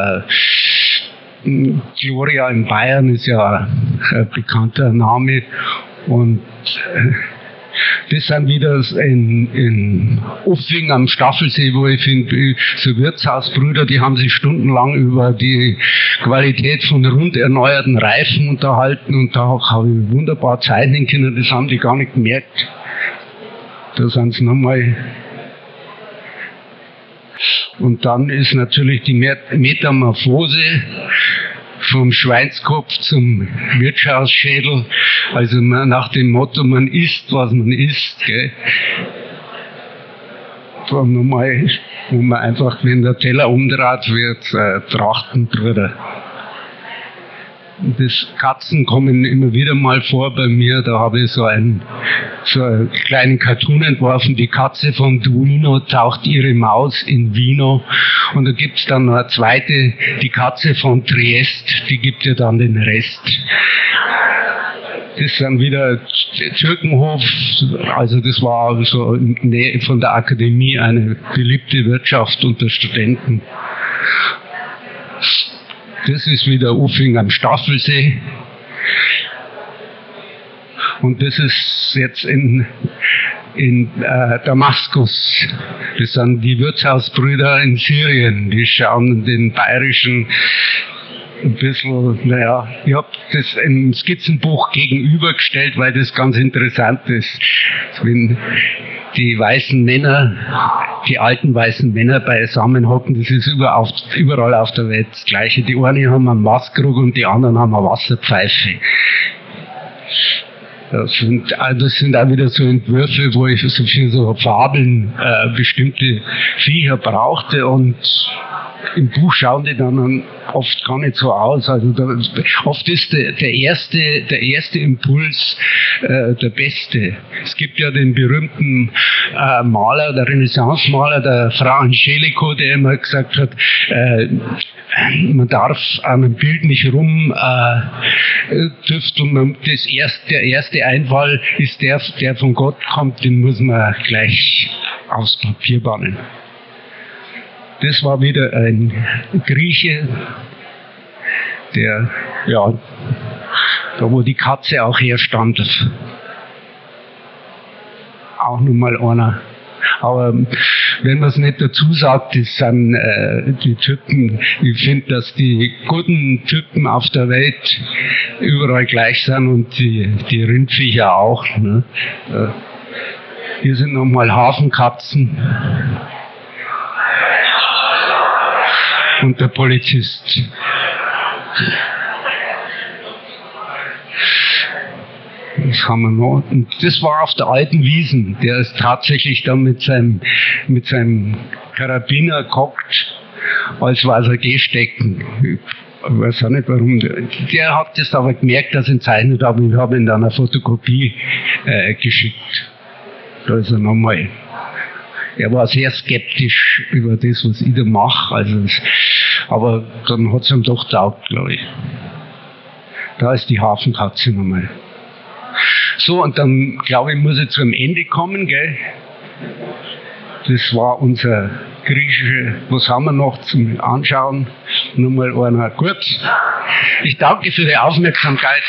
Speaker 5: Gloria in Bayern, ist ja ein bekannter Name. Und das sind wieder in Uffing am Staffelsee, wo ich finde, so Wirtshausbrüder, die haben sich stundenlang über die Qualität von rund erneuerten Reifen unterhalten und da habe ich wunderbar zeichnen können, das haben die gar nicht gemerkt. Da sind sie nochmal. Und dann ist natürlich die Metamorphose vom Schweinskopf zum Wirtshausschädel, also nach dem Motto, man isst, was man isst, gell. Dann nochmal, wo man einfach, wenn der Teller umdreht wird, trachten drüber. Das Katzen kommen immer wieder mal vor bei mir, da habe ich so einen kleinen Cartoon entworfen, die Katze von Duino taucht ihre Maus in Vino, und da gibt es dann noch eine zweite, die Katze von Triest, die gibt ja dann den Rest. Das ist dann wieder Türkenhof, also das war so in der Nähe von der Akademie eine beliebte Wirtschaft unter Studenten. Das ist wieder Uffing am Staffelsee. Und das ist jetzt in Damaskus. Das sind die Wirtshausbrüder in Syrien. Die schauen den bayerischen ein bisschen, naja, ich habe das im Skizzenbuch gegenübergestellt, weil das ganz interessant ist. Wenn die weißen Männer, die alten weißen Männer beisammen hocken, das ist überall auf der Welt das Gleiche. Die einen haben einen Maßkrug und die anderen haben eine Wasserpfeife. Das sind auch wieder so Entwürfe, wo ich so für so Fabeln bestimmte Viecher brauchte, und im Buch schauen die dann oft gar nicht so aus. Also oft ist der erste Impuls der beste. Es gibt ja den berühmten Maler, der Renaissance-Maler, der Fra Angelico, der immer gesagt hat, man darf an einem Bild nicht rumdüfteln. Der erste Einfall ist der von Gott kommt, den muss man gleich aufs Papier bannen. Das war wieder ein Grieche, der, ja, da wo die Katze auch herstand. Auch nochmal einer. Aber wenn man es nicht dazu sagt, das sind die Typen, ich finde, dass die guten Typen auf der Welt überall gleich sind und die Rindviecher auch. Ne? Hier sind nochmal Hafenkatzen. Und der Polizist. Das haben wir noch. Und das war auf der alten Wiesen. Der ist tatsächlich dann mit seinem Karabiner gehockt, als war er gestecken. Ich weiß auch nicht warum. Der hat das aber gemerkt, dass ich ihn zeichnet habe. Ich habe ihn dann eine Fotokopie geschickt. Da ist er nochmal. Er war sehr skeptisch über das, was ich da mache. Aber dann hat es ihm doch getaugt, glaube ich. Da ist die Hafenkatze nochmal. So, und dann, glaube ich, muss ich zum Ende kommen, gell? Das war unser griechische, was haben wir noch zum Anschauen? Nochmal einer. Gut. Ich danke für die Aufmerksamkeit.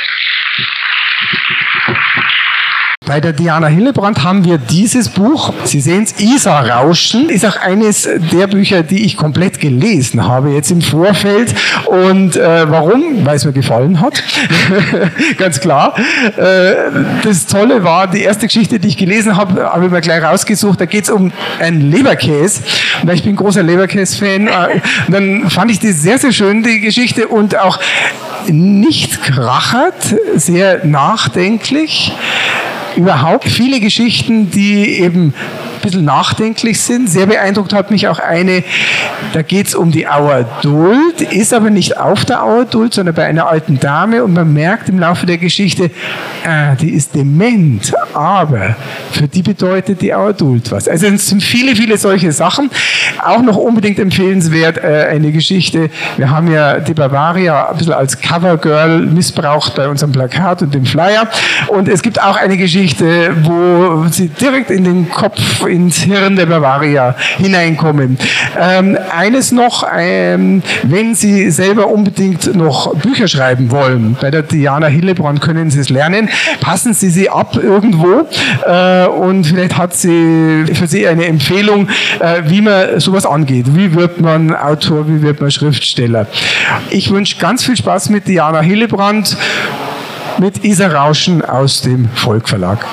Speaker 3: Bei der Diana Hillebrand haben wir dieses Buch, Sie sehen es, Isarrauschen, ist auch eines der Bücher, die ich komplett gelesen habe jetzt im Vorfeld. Und warum? Weil es mir gefallen hat, ganz klar. Das Tolle war, die erste Geschichte, die ich gelesen habe, habe ich mir gleich rausgesucht, da geht es um einen Leberkäse. Weil ich bin großer Leberkäse-Fan. Dann fand ich die sehr, sehr schön, die Geschichte, und auch nicht krachert, sehr nachdenklich. Überhaupt viele Geschichten, die eben ein bisschen nachdenklich sind. Sehr beeindruckt hat mich auch eine, da geht es um die Auerduld, ist aber nicht auf der Auerduld, sondern bei einer alten Dame, und man merkt im Laufe der Geschichte, die ist dement, aber für die bedeutet die Auerduld was. Also es sind viele, viele solche Sachen. Auch noch unbedingt empfehlenswert eine Geschichte, wir haben ja die Bavaria ein bisschen als Covergirl missbraucht bei unserem Plakat und dem Flyer, und es gibt auch eine Geschichte, wo sie direkt in den Kopf, ins Hirn der Bavaria hineinkommen. Eines noch, wenn Sie selber unbedingt noch Bücher schreiben wollen, bei der Diana Hillebrand können Sie es lernen, passen Sie sie ab irgendwo, und vielleicht hat sie für Sie eine Empfehlung, wie man sowas angeht. Wie wird man Autor, wie wird man Schriftsteller? Ich wünsche ganz viel Spaß mit Diana Hillebrand, mit Isarrauschen aus dem Volk Verlag.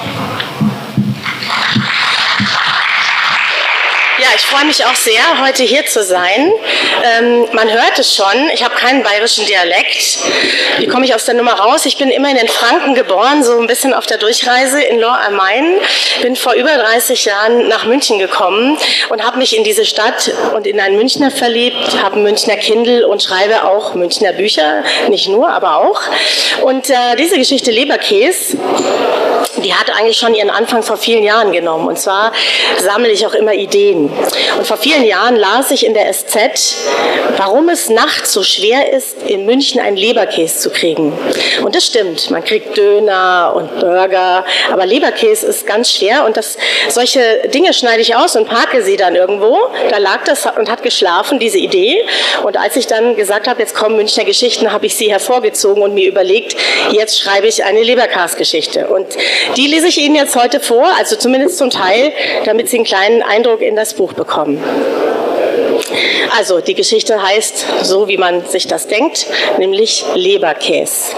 Speaker 6: Ja, ich freue mich auch sehr, heute hier zu sein. Man hört es schon, ich habe keinen bayerischen Dialekt. Wie komme ich aus der Nummer raus? Ich bin immerhin in Franken geboren, so ein bisschen auf der Durchreise in Lohr am Main. Bin vor über 30 Jahren nach München gekommen und habe mich in diese Stadt und in einen Münchner verliebt, habe ein Münchner Kindle und schreibe auch Münchner Bücher, nicht nur, aber auch. Und diese Geschichte Leberkäse, die hat eigentlich schon ihren Anfang vor vielen Jahren genommen. Und zwar sammle ich auch immer Ideen. Und vor vielen Jahren las ich in der SZ, warum es nachts so schwer ist, in München einen Leberkäse zu kriegen. Und das stimmt. Man kriegt Döner und Burger, aber Leberkäse ist ganz schwer. Und solche Dinge schneide ich aus und parke sie dann irgendwo. Da lag das und hat geschlafen, diese Idee. Und als ich dann gesagt habe, jetzt kommen Münchner Geschichten, habe ich sie hervorgezogen und mir überlegt, jetzt schreibe ich eine Leberkäse-Geschichte. Und die lese ich Ihnen jetzt heute vor, also zumindest zum Teil, damit Sie einen kleinen Eindruck in das Buch bekommen. Also, die Geschichte heißt so, wie man sich das denkt, nämlich Leberkäse.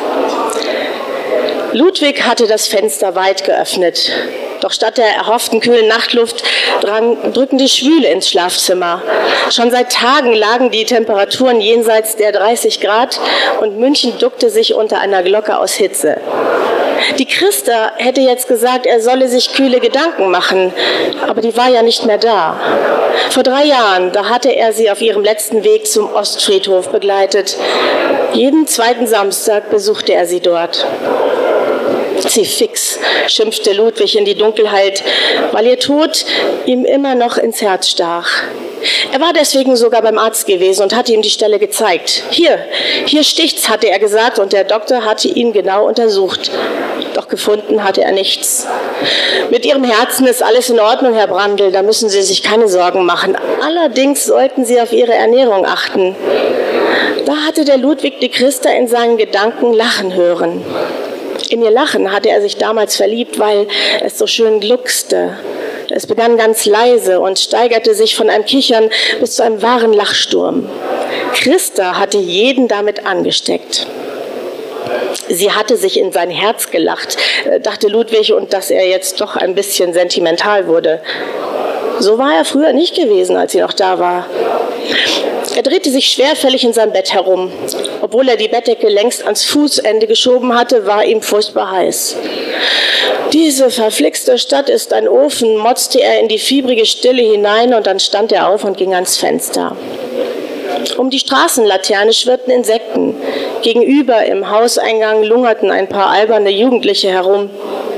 Speaker 6: Ludwig hatte das Fenster weit geöffnet. Doch statt der erhofften kühlen Nachtluft drang drückende Schwüle ins Schlafzimmer. Schon seit Tagen lagen die Temperaturen jenseits der 30 Grad und München duckte sich unter einer Glocke aus Hitze. Die Christa hätte jetzt gesagt, er solle sich kühle Gedanken machen, aber die war ja nicht mehr da. Vor 3 Jahren, da hatte er sie auf ihrem letzten Weg zum Ostfriedhof begleitet. Jeden 2. Samstag besuchte er sie dort. Sie fix, schimpfte Ludwig in die Dunkelheit, weil ihr Tod ihm immer noch ins Herz stach. Er war deswegen sogar beim Arzt gewesen und hatte ihm die Stelle gezeigt. Hier sticht's, hatte er gesagt, und der Doktor hatte ihn genau untersucht. Doch gefunden hatte er nichts. Mit Ihrem Herzen ist alles in Ordnung, Herr Brandl, da müssen Sie sich keine Sorgen machen. Allerdings sollten Sie auf Ihre Ernährung achten. Da hatte der Ludwig die Christa in seinen Gedanken lachen hören. In ihr Lachen hatte er sich damals verliebt, weil es so schön gluckste. Es begann ganz leise und steigerte sich von einem Kichern bis zu einem wahren Lachsturm. Christa hatte jeden damit angesteckt. Sie hatte sich in sein Herz gelacht, dachte Ludwig, und dass er jetzt doch ein bisschen sentimental wurde. So war er früher nicht gewesen, als sie noch da war. Er drehte sich schwerfällig in seinem Bett herum. Obwohl er die Bettdecke längst ans Fußende geschoben hatte, war ihm furchtbar heiß. Diese verflixte Stadt ist ein Ofen, motzte er in die fiebrige Stille hinein, und dann stand er auf und ging ans Fenster. Um die Straßenlaterne schwirrten Insekten. Gegenüber im Hauseingang lungerten ein paar alberne Jugendliche herum.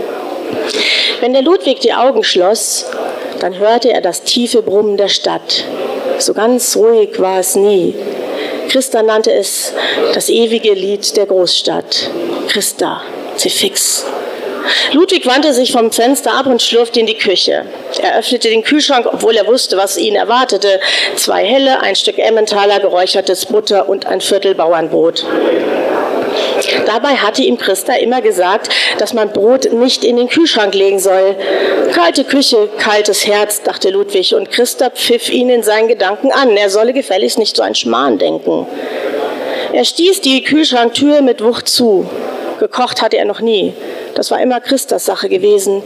Speaker 6: Wenn der Ludwig die Augen schloss, dann hörte er das tiefe Brummen der Stadt. So ganz ruhig war es nie. Christa nannte es das ewige Lied der Großstadt. Christa, sie fix. Ludwig wandte sich vom Fenster ab und schlurfte in die Küche. Er öffnete den Kühlschrank, obwohl er wusste, was ihn erwartete. 2 Helle, ein Stück Emmentaler, geräuchertes Butter und ein Viertel Bauernbrot. Dabei hatte ihm Christa immer gesagt, dass man Brot nicht in den Kühlschrank legen soll. Kalte Küche, kaltes Herz, dachte Ludwig, und Christa pfiff ihn in seinen Gedanken an. Er solle gefälligst nicht so an Schmarrn denken. Er stieß die Kühlschranktür mit Wucht zu. Gekocht hatte er noch nie. Das war immer Christas Sache gewesen.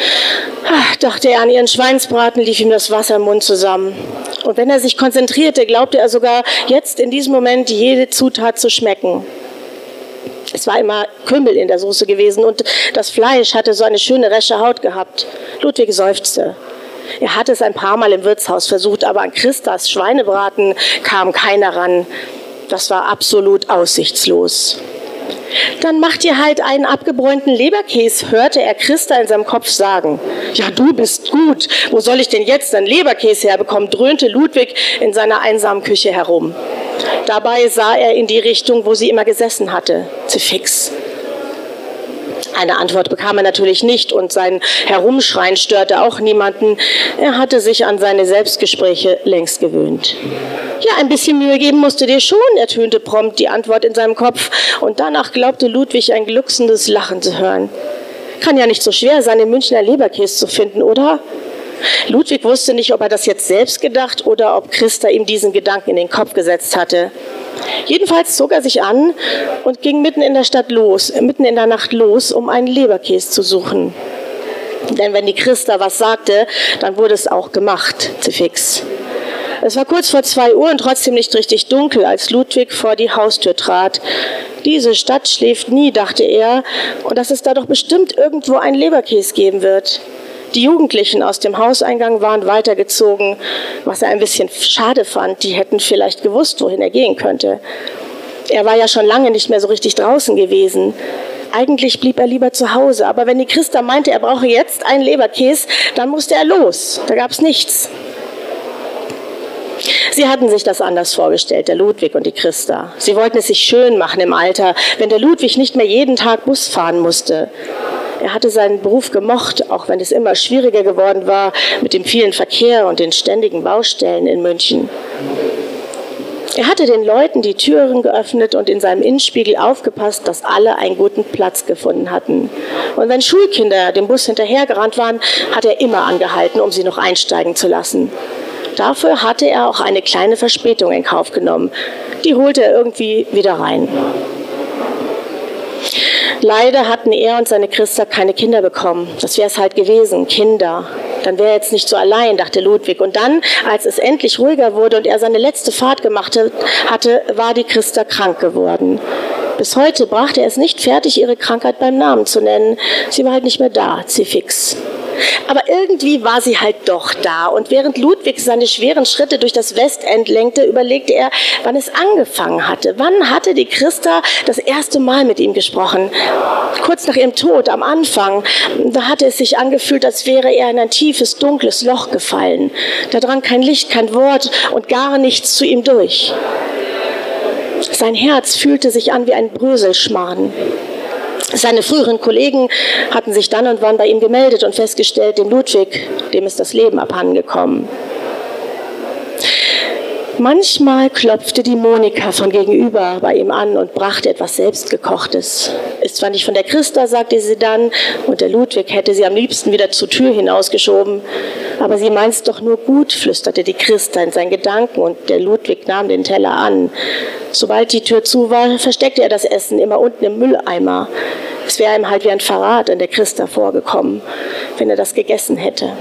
Speaker 6: Dachte er an ihren Schweinsbraten, lief ihm das Wasser im Mund zusammen. Und wenn er sich konzentrierte, glaubte er sogar jetzt in diesem Moment jede Zutat zu schmecken. Es war immer Kümmel in der Soße gewesen und das Fleisch hatte so eine schöne resche Haut gehabt. Ludwig seufzte. Er hatte es ein paar Mal im Wirtshaus versucht, aber an Christas Schweinebraten kam keiner ran. Das war absolut aussichtslos. Dann macht ihr halt einen abgebräunten Leberkäse, hörte er Christa in seinem Kopf sagen. Ja, du bist gut. Wo soll ich denn jetzt einen Leberkäse herbekommen, dröhnte Ludwig in seiner einsamen Küche herum. Dabei sah er in die Richtung, wo sie immer gesessen hatte. Fix. Eine Antwort bekam er natürlich nicht und sein Herumschreien störte auch niemanden. Er hatte sich an seine Selbstgespräche längst gewöhnt. Ja, ein bisschen Mühe geben musst du dir schon, ertönte prompt die Antwort in seinem Kopf. Und danach glaubte Ludwig ein glucksendes Lachen zu hören. Kann ja nicht so schwer sein, den Münchner Leberkäse zu finden, oder? Ludwig wusste nicht, ob er das jetzt selbst gedacht oder ob Christa ihm diesen Gedanken in den Kopf gesetzt hatte. Jedenfalls zog er sich an und ging mitten in der Nacht los, um einen Leberkäse zu suchen. Denn wenn die Christa was sagte, dann wurde es auch gemacht, fix. Es war kurz vor 2 Uhr und trotzdem nicht richtig dunkel, als Ludwig vor die Haustür trat. Diese Stadt schläft nie, dachte er, und dass es da doch bestimmt irgendwo einen Leberkäse geben wird. Die Jugendlichen aus dem Hauseingang waren weitergezogen, was er ein bisschen schade fand. Die hätten vielleicht gewusst, wohin er gehen könnte. Er war ja schon lange nicht mehr so richtig draußen gewesen. Eigentlich blieb er lieber zu Hause, aber wenn die Christa meinte, er brauche jetzt einen Leberkäse, dann musste er los. Da gab es nichts. Sie hatten sich das anders vorgestellt, der Ludwig und die Christa. Sie wollten es sich schön machen im Alter, wenn der Ludwig nicht mehr jeden Tag Bus fahren musste. Er hatte seinen Beruf gemocht, auch wenn es immer schwieriger geworden war mit dem vielen Verkehr und den ständigen Baustellen in München. Er hatte den Leuten die Türen geöffnet und in seinem Innenspiegel aufgepasst, dass alle einen guten Platz gefunden hatten. Und wenn Schulkinder dem Bus hinterhergerannt waren, hat er immer angehalten, um sie noch einsteigen zu lassen. Dafür hatte er auch eine kleine Verspätung in Kauf genommen. Die holte er irgendwie wieder rein. Leider hatten er und seine Christa keine Kinder bekommen. Das wäre es halt gewesen, Kinder. Dann wäre er jetzt nicht so allein, dachte Ludwig. Und dann, als es endlich ruhiger wurde und er seine letzte Fahrt gemacht hatte, war die Christa krank geworden. Bis heute brachte er es nicht fertig, ihre Krankheit beim Namen zu nennen. Sie war halt nicht mehr da, Zifix. Aber irgendwie war sie halt doch da. Und während Ludwig seine schweren Schritte durch das Westend lenkte, überlegte er, wann es angefangen hatte. Wann hatte die Christa das erste Mal mit ihm gesprochen? Kurz nach ihrem Tod, am Anfang. Da hatte es sich angefühlt, als wäre er in ein tiefes, dunkles Loch gefallen. Da drang kein Licht, kein Wort und gar nichts zu ihm durch. Sein Herz fühlte sich an wie ein Bröselschmarrn. Seine früheren Kollegen hatten sich dann und wann bei ihm gemeldet und festgestellt, dem Ludwig, dem ist das Leben abhandengekommen. Manchmal klopfte die Monika von gegenüber bei ihm an und brachte etwas Selbstgekochtes. Ist zwar nicht von der Christa, sagte sie dann, und der Ludwig hätte sie am liebsten wieder zur Tür hinausgeschoben, aber sie meint's doch nur gut, flüsterte die Christa in seinen Gedanken, und der Ludwig nahm den Teller an. Sobald die Tür zu war, versteckte er das Essen immer unten im Mülleimer. Es wäre ihm halt wie ein Verrat an der Christa vorgekommen, wenn er das gegessen hätte.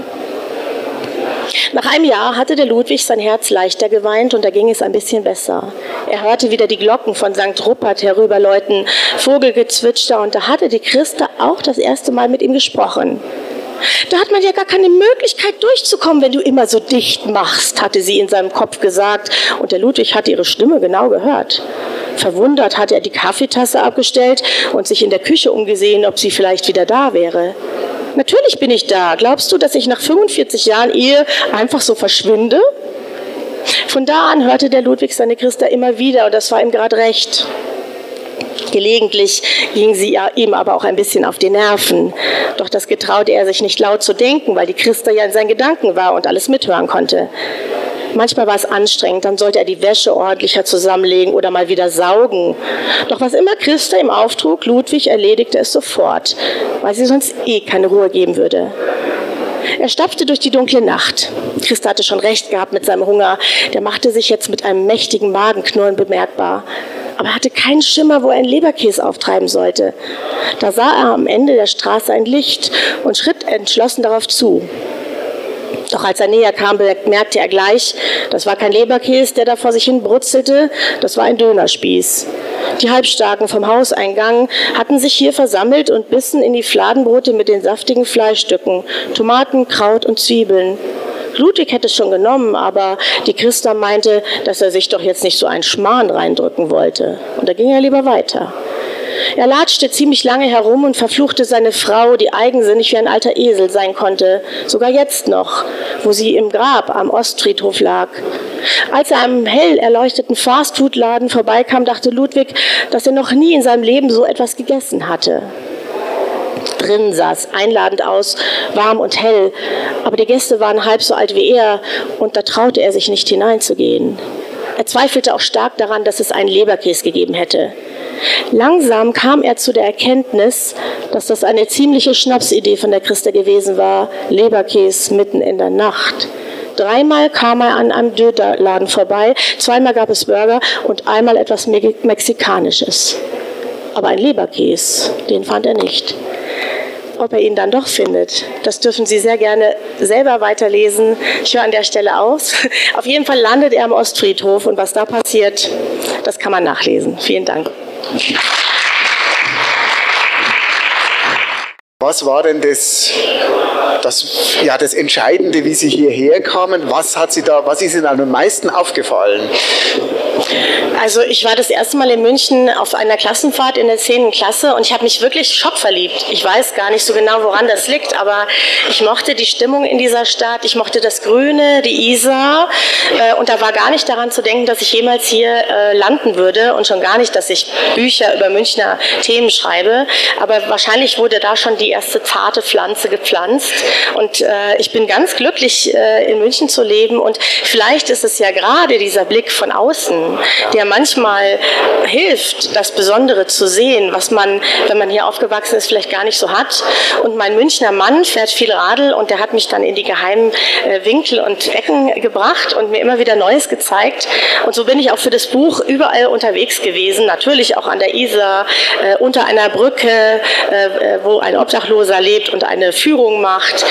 Speaker 6: Nach einem Jahr hatte der Ludwig sein Herz leichter geweint und da ging es ein bisschen besser. Er hörte wieder die Glocken von St. Rupert herüberläuten, Vogelgezwitscher, und da hatte die Christa auch das erste Mal mit ihm gesprochen. Da hat man ja gar keine Möglichkeit durchzukommen, wenn du immer so dicht machst, hatte sie in seinem Kopf gesagt, und der Ludwig hatte ihre Stimme genau gehört. Verwundert hatte er die Kaffeetasse abgestellt und sich in der Küche umgesehen, ob sie vielleicht wieder da wäre. Natürlich bin ich da. Glaubst du, dass ich nach 45 Jahren Ehe einfach so verschwinde? Von da an hörte der Ludwig seine Christa immer wieder, und das war ihm gerade recht. Gelegentlich ging sie ihm aber auch ein bisschen auf die Nerven. Doch das getraute er sich nicht laut zu denken, weil die Christa ja in seinen Gedanken war und alles mithören konnte. Manchmal war es anstrengend, dann sollte er die Wäsche ordentlicher zusammenlegen oder mal wieder saugen. Doch was immer Christa ihm auftrug, Ludwig erledigte es sofort, weil sie sonst keine Ruhe geben würde. Er stapfte durch die dunkle Nacht. Christa hatte schon recht gehabt mit seinem Hunger. Der machte sich jetzt mit einem mächtigen Magenknurren bemerkbar. Aber er hatte keinen Schimmer, wo er einen Leberkäse auftreiben sollte. Da sah er am Ende der Straße ein Licht und schritt entschlossen darauf zu. Doch als er näher kam, merkte er gleich, das war kein Leberkäse, der da vor sich hin brutzelte, das war ein Dönerspieß. Die Halbstarken vom Hauseingang hatten sich hier versammelt und bissen in die Fladenbrote mit den saftigen Fleischstücken, Tomaten, Kraut und Zwiebeln. Ludwig hätte es schon genommen, aber die Christa meinte, dass er sich doch jetzt nicht so einen Schmarrn reindrücken wollte. Und da ging er lieber weiter. Er latschte ziemlich lange herum und verfluchte seine Frau, die eigensinnig wie ein alter Esel sein konnte, sogar jetzt noch, wo sie im Grab am Ostfriedhof lag. Als er am hell erleuchteten Fastfood-Laden vorbeikam, dachte Ludwig, dass er noch nie in seinem Leben so etwas gegessen hatte. Drin sah es einladend aus, warm und hell, aber die Gäste waren halb so alt wie er, und da traute er sich nicht hineinzugehen. Er zweifelte auch stark daran, dass es einen Leberkäse gegeben hätte. Langsam kam er zu der Erkenntnis, dass das eine ziemliche Schnapsidee von der Christa gewesen war, Leberkäse mitten in der Nacht. 3-mal kam er an einem Dönerladen vorbei, 2-mal gab es Burger und einmal etwas Mexikanisches. Aber ein Leberkäse, den fand er nicht. Ob er ihn dann doch findet, das dürfen Sie sehr gerne selber weiterlesen. Ich höre an der Stelle aus. Auf jeden Fall landet er am Ostfriedhof, und was da passiert, das kann man nachlesen. Vielen Dank.
Speaker 1: Was war denn das Entscheidende, wie Sie hierher kamen? Was ist Ihnen am meisten aufgefallen?
Speaker 6: Also ich war das erste Mal in München auf einer Klassenfahrt in der 10. Klasse und ich habe mich wirklich schockverliebt. Ich weiß gar nicht so genau, woran das liegt, aber ich mochte die Stimmung in dieser Stadt, ich mochte das Grüne, die Isar, und da war gar nicht daran zu denken, dass ich jemals hier landen würde und schon gar nicht, dass ich Bücher über Münchner Themen schreibe, aber wahrscheinlich wurde da schon die erste zarte Pflanze gepflanzt und ich bin ganz glücklich, in München zu leben, und vielleicht ist es ja gerade dieser Blick von außen, der manchmal hilft, das Besondere zu sehen, was man, wenn man hier aufgewachsen ist, vielleicht gar nicht so hat. Und mein Münchner Mann fährt viel Radl und der hat mich dann in die geheimen Winkel und Ecken gebracht und mir immer wieder Neues gezeigt. Und so bin ich auch für das Buch überall unterwegs gewesen, natürlich auch an der Isar, unter einer Brücke, wo ein Obdachloser lebt und eine Führung macht.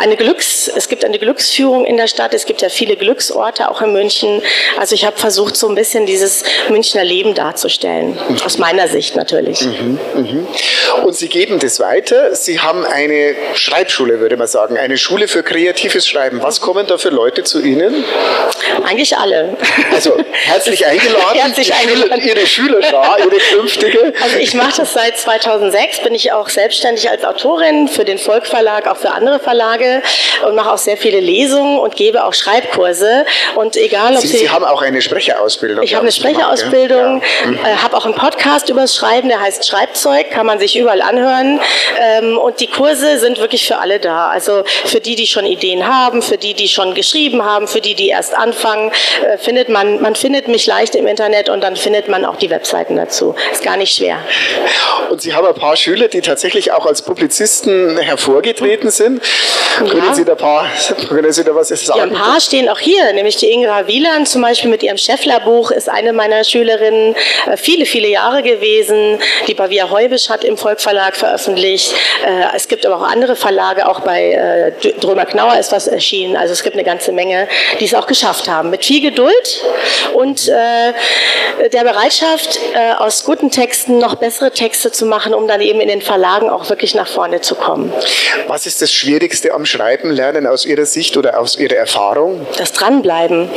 Speaker 6: Es gibt eine Glücksführung in der Stadt, es gibt ja viele Glücksorte auch in München. Also ich habe versucht, so ein bisschen dieses Münchner Leben darzustellen. Aus meiner Sicht natürlich.
Speaker 1: Und Sie geben das weiter. Sie haben eine Schreibschule, würde man sagen, eine Schule für kreatives Schreiben. Was kommen da für Leute zu Ihnen?
Speaker 6: Eigentlich alle.
Speaker 1: Also herzlich eingeladen.
Speaker 6: Herzlich eingeladen.
Speaker 1: Ihre Schülerschar, Ihre künftige.
Speaker 6: Also ich mache das seit 2006, bin ich auch selbstständig als Autorin für den Volk Verlag, auch für andere Verlage und mache auch sehr viele Lesungen und gebe auch Schreibkurse. Und egal, ob
Speaker 1: Sie haben auch eine Sprecherausbildung.
Speaker 6: Ich habe eine Sprecherausbildung, habe auch einen Podcast über das Schreiben, der heißt Schreibzeug, kann man sich überall anhören. Und die Kurse sind wirklich für alle da. Also für die, die schon Ideen haben, für die, die schon geschrieben haben, für die, die erst anfangen, findet man findet mich leicht im Internet und dann findet man auch die Webseiten dazu. Ist gar nicht schwer.
Speaker 1: Und Sie haben ein paar Schüler, die tatsächlich auch als Publizisten hervorgetreten sind. Ja. Können Sie da was sagen?
Speaker 6: Ja, ein paar stehen auch hier, nämlich die Ingra Wieland zum Beispiel mit ihrem Scheffler-Buch ist eine meiner Schülerinnen, viele, viele Jahre gewesen. Die Bavia Heubisch hat im Volk Verlag veröffentlicht. Es gibt aber auch andere Verlage, auch bei Drömer-Knauer ist was erschienen. Also es gibt eine ganze Menge, die es auch geschafft haben. Mit viel Geduld und der Bereitschaft, aus guten Texten noch bessere Texte zu machen, um dann eben in den Verlagen auch wirklich nach vorne zu kommen.
Speaker 1: Was ist das Schwierigste am Schreiben lernen aus Ihrer Sicht oder aus Ihrer Erfahrung?
Speaker 6: Das Dranbleiben.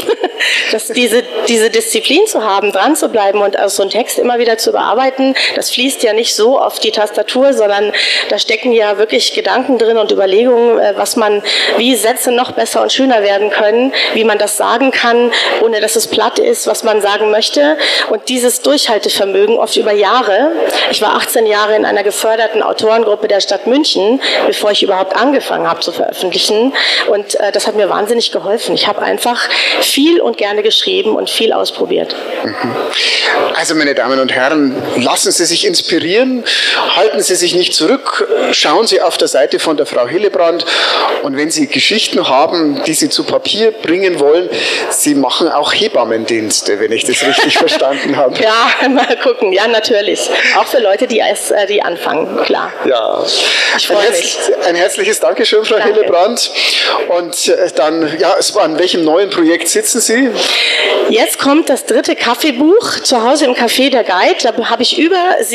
Speaker 6: Diese Disziplin zu haben, dran zu bleiben und so einen Text immer wieder zu bearbeiten, das fließt ja nicht so auf die Tastatur, sondern da stecken ja wirklich Gedanken drin und Überlegungen, wie Sätze noch besser und schöner werden können, wie man das sagen kann, ohne dass es platt ist, was man sagen möchte. Und dieses Durchhaltevermögen oft über Jahre. Ich war 18 Jahre in einer geförderten Autorengruppe der Stadt München, bevor ich überhaupt angefangen habe zu veröffentlichen. Und das hat mir wahnsinnig geholfen. Ich habe einfach viel und gerne geschrieben und viel ausprobiert.
Speaker 1: Also meine Damen und Herren, lassen Sie sich inspirieren, halten Sie sich nicht zurück, schauen Sie auf der Seite von der Frau Hillebrand und wenn Sie Geschichten haben, die Sie zu Papier bringen wollen, Sie machen auch Hebammendienste, wenn ich das richtig verstanden habe.
Speaker 6: Ja, mal gucken, ja natürlich. Auch für Leute, die anfangen, klar.
Speaker 1: Ja,
Speaker 6: ich freue mich.
Speaker 1: Ein herzliches Dankeschön, Frau Hillebrand. Und dann, an welchem neuen Projekt sitzen Sie?
Speaker 6: Jetzt kommt das 3. Kaffeebuch, zu Hause im Café der Guide. Da habe ich über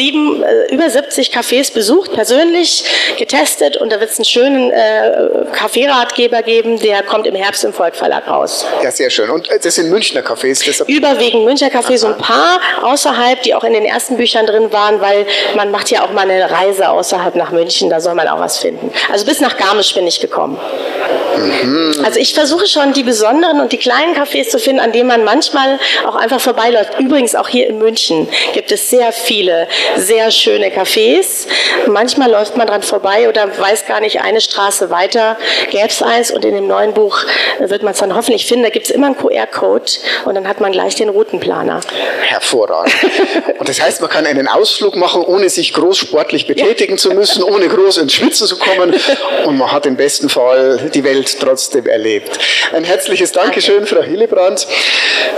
Speaker 6: 70 Cafés besucht, persönlich getestet und da wird es einen schönen Kaffeeratgeber geben, der kommt im Herbst im Volk Verlag raus.
Speaker 1: Ja, sehr schön. Und das sind Münchner Cafés? Deshalb
Speaker 6: Überwiegend Münchner Cafés, so ein paar außerhalb, die auch in den ersten Büchern drin waren, weil man macht ja auch mal eine Reise außerhalb nach München, da soll man auch was finden. Also bis nach Garmisch bin ich gekommen. Also ich versuche schon die besonderen und die kleinen Cafés zu finden, an denen man manchmal auch einfach vorbeiläuft. Übrigens auch hier in München gibt es sehr viele, sehr schöne Cafés. Manchmal läuft man dran vorbei oder weiß gar nicht, eine Straße weiter gäbe es eins und in dem neuen Buch wird man es dann hoffentlich finden. Da gibt es immer einen QR-Code und dann hat man gleich den Routenplaner.
Speaker 1: Hervorragend. Und das heißt, man kann einen Ausflug machen, ohne sich groß sportlich betätigen zu müssen, ohne groß ins Schwitzen zu kommen und man hat im besten Fall die Welt trotzdem erlebt. Ein herzliches Dankeschön, Frau Hillebrand.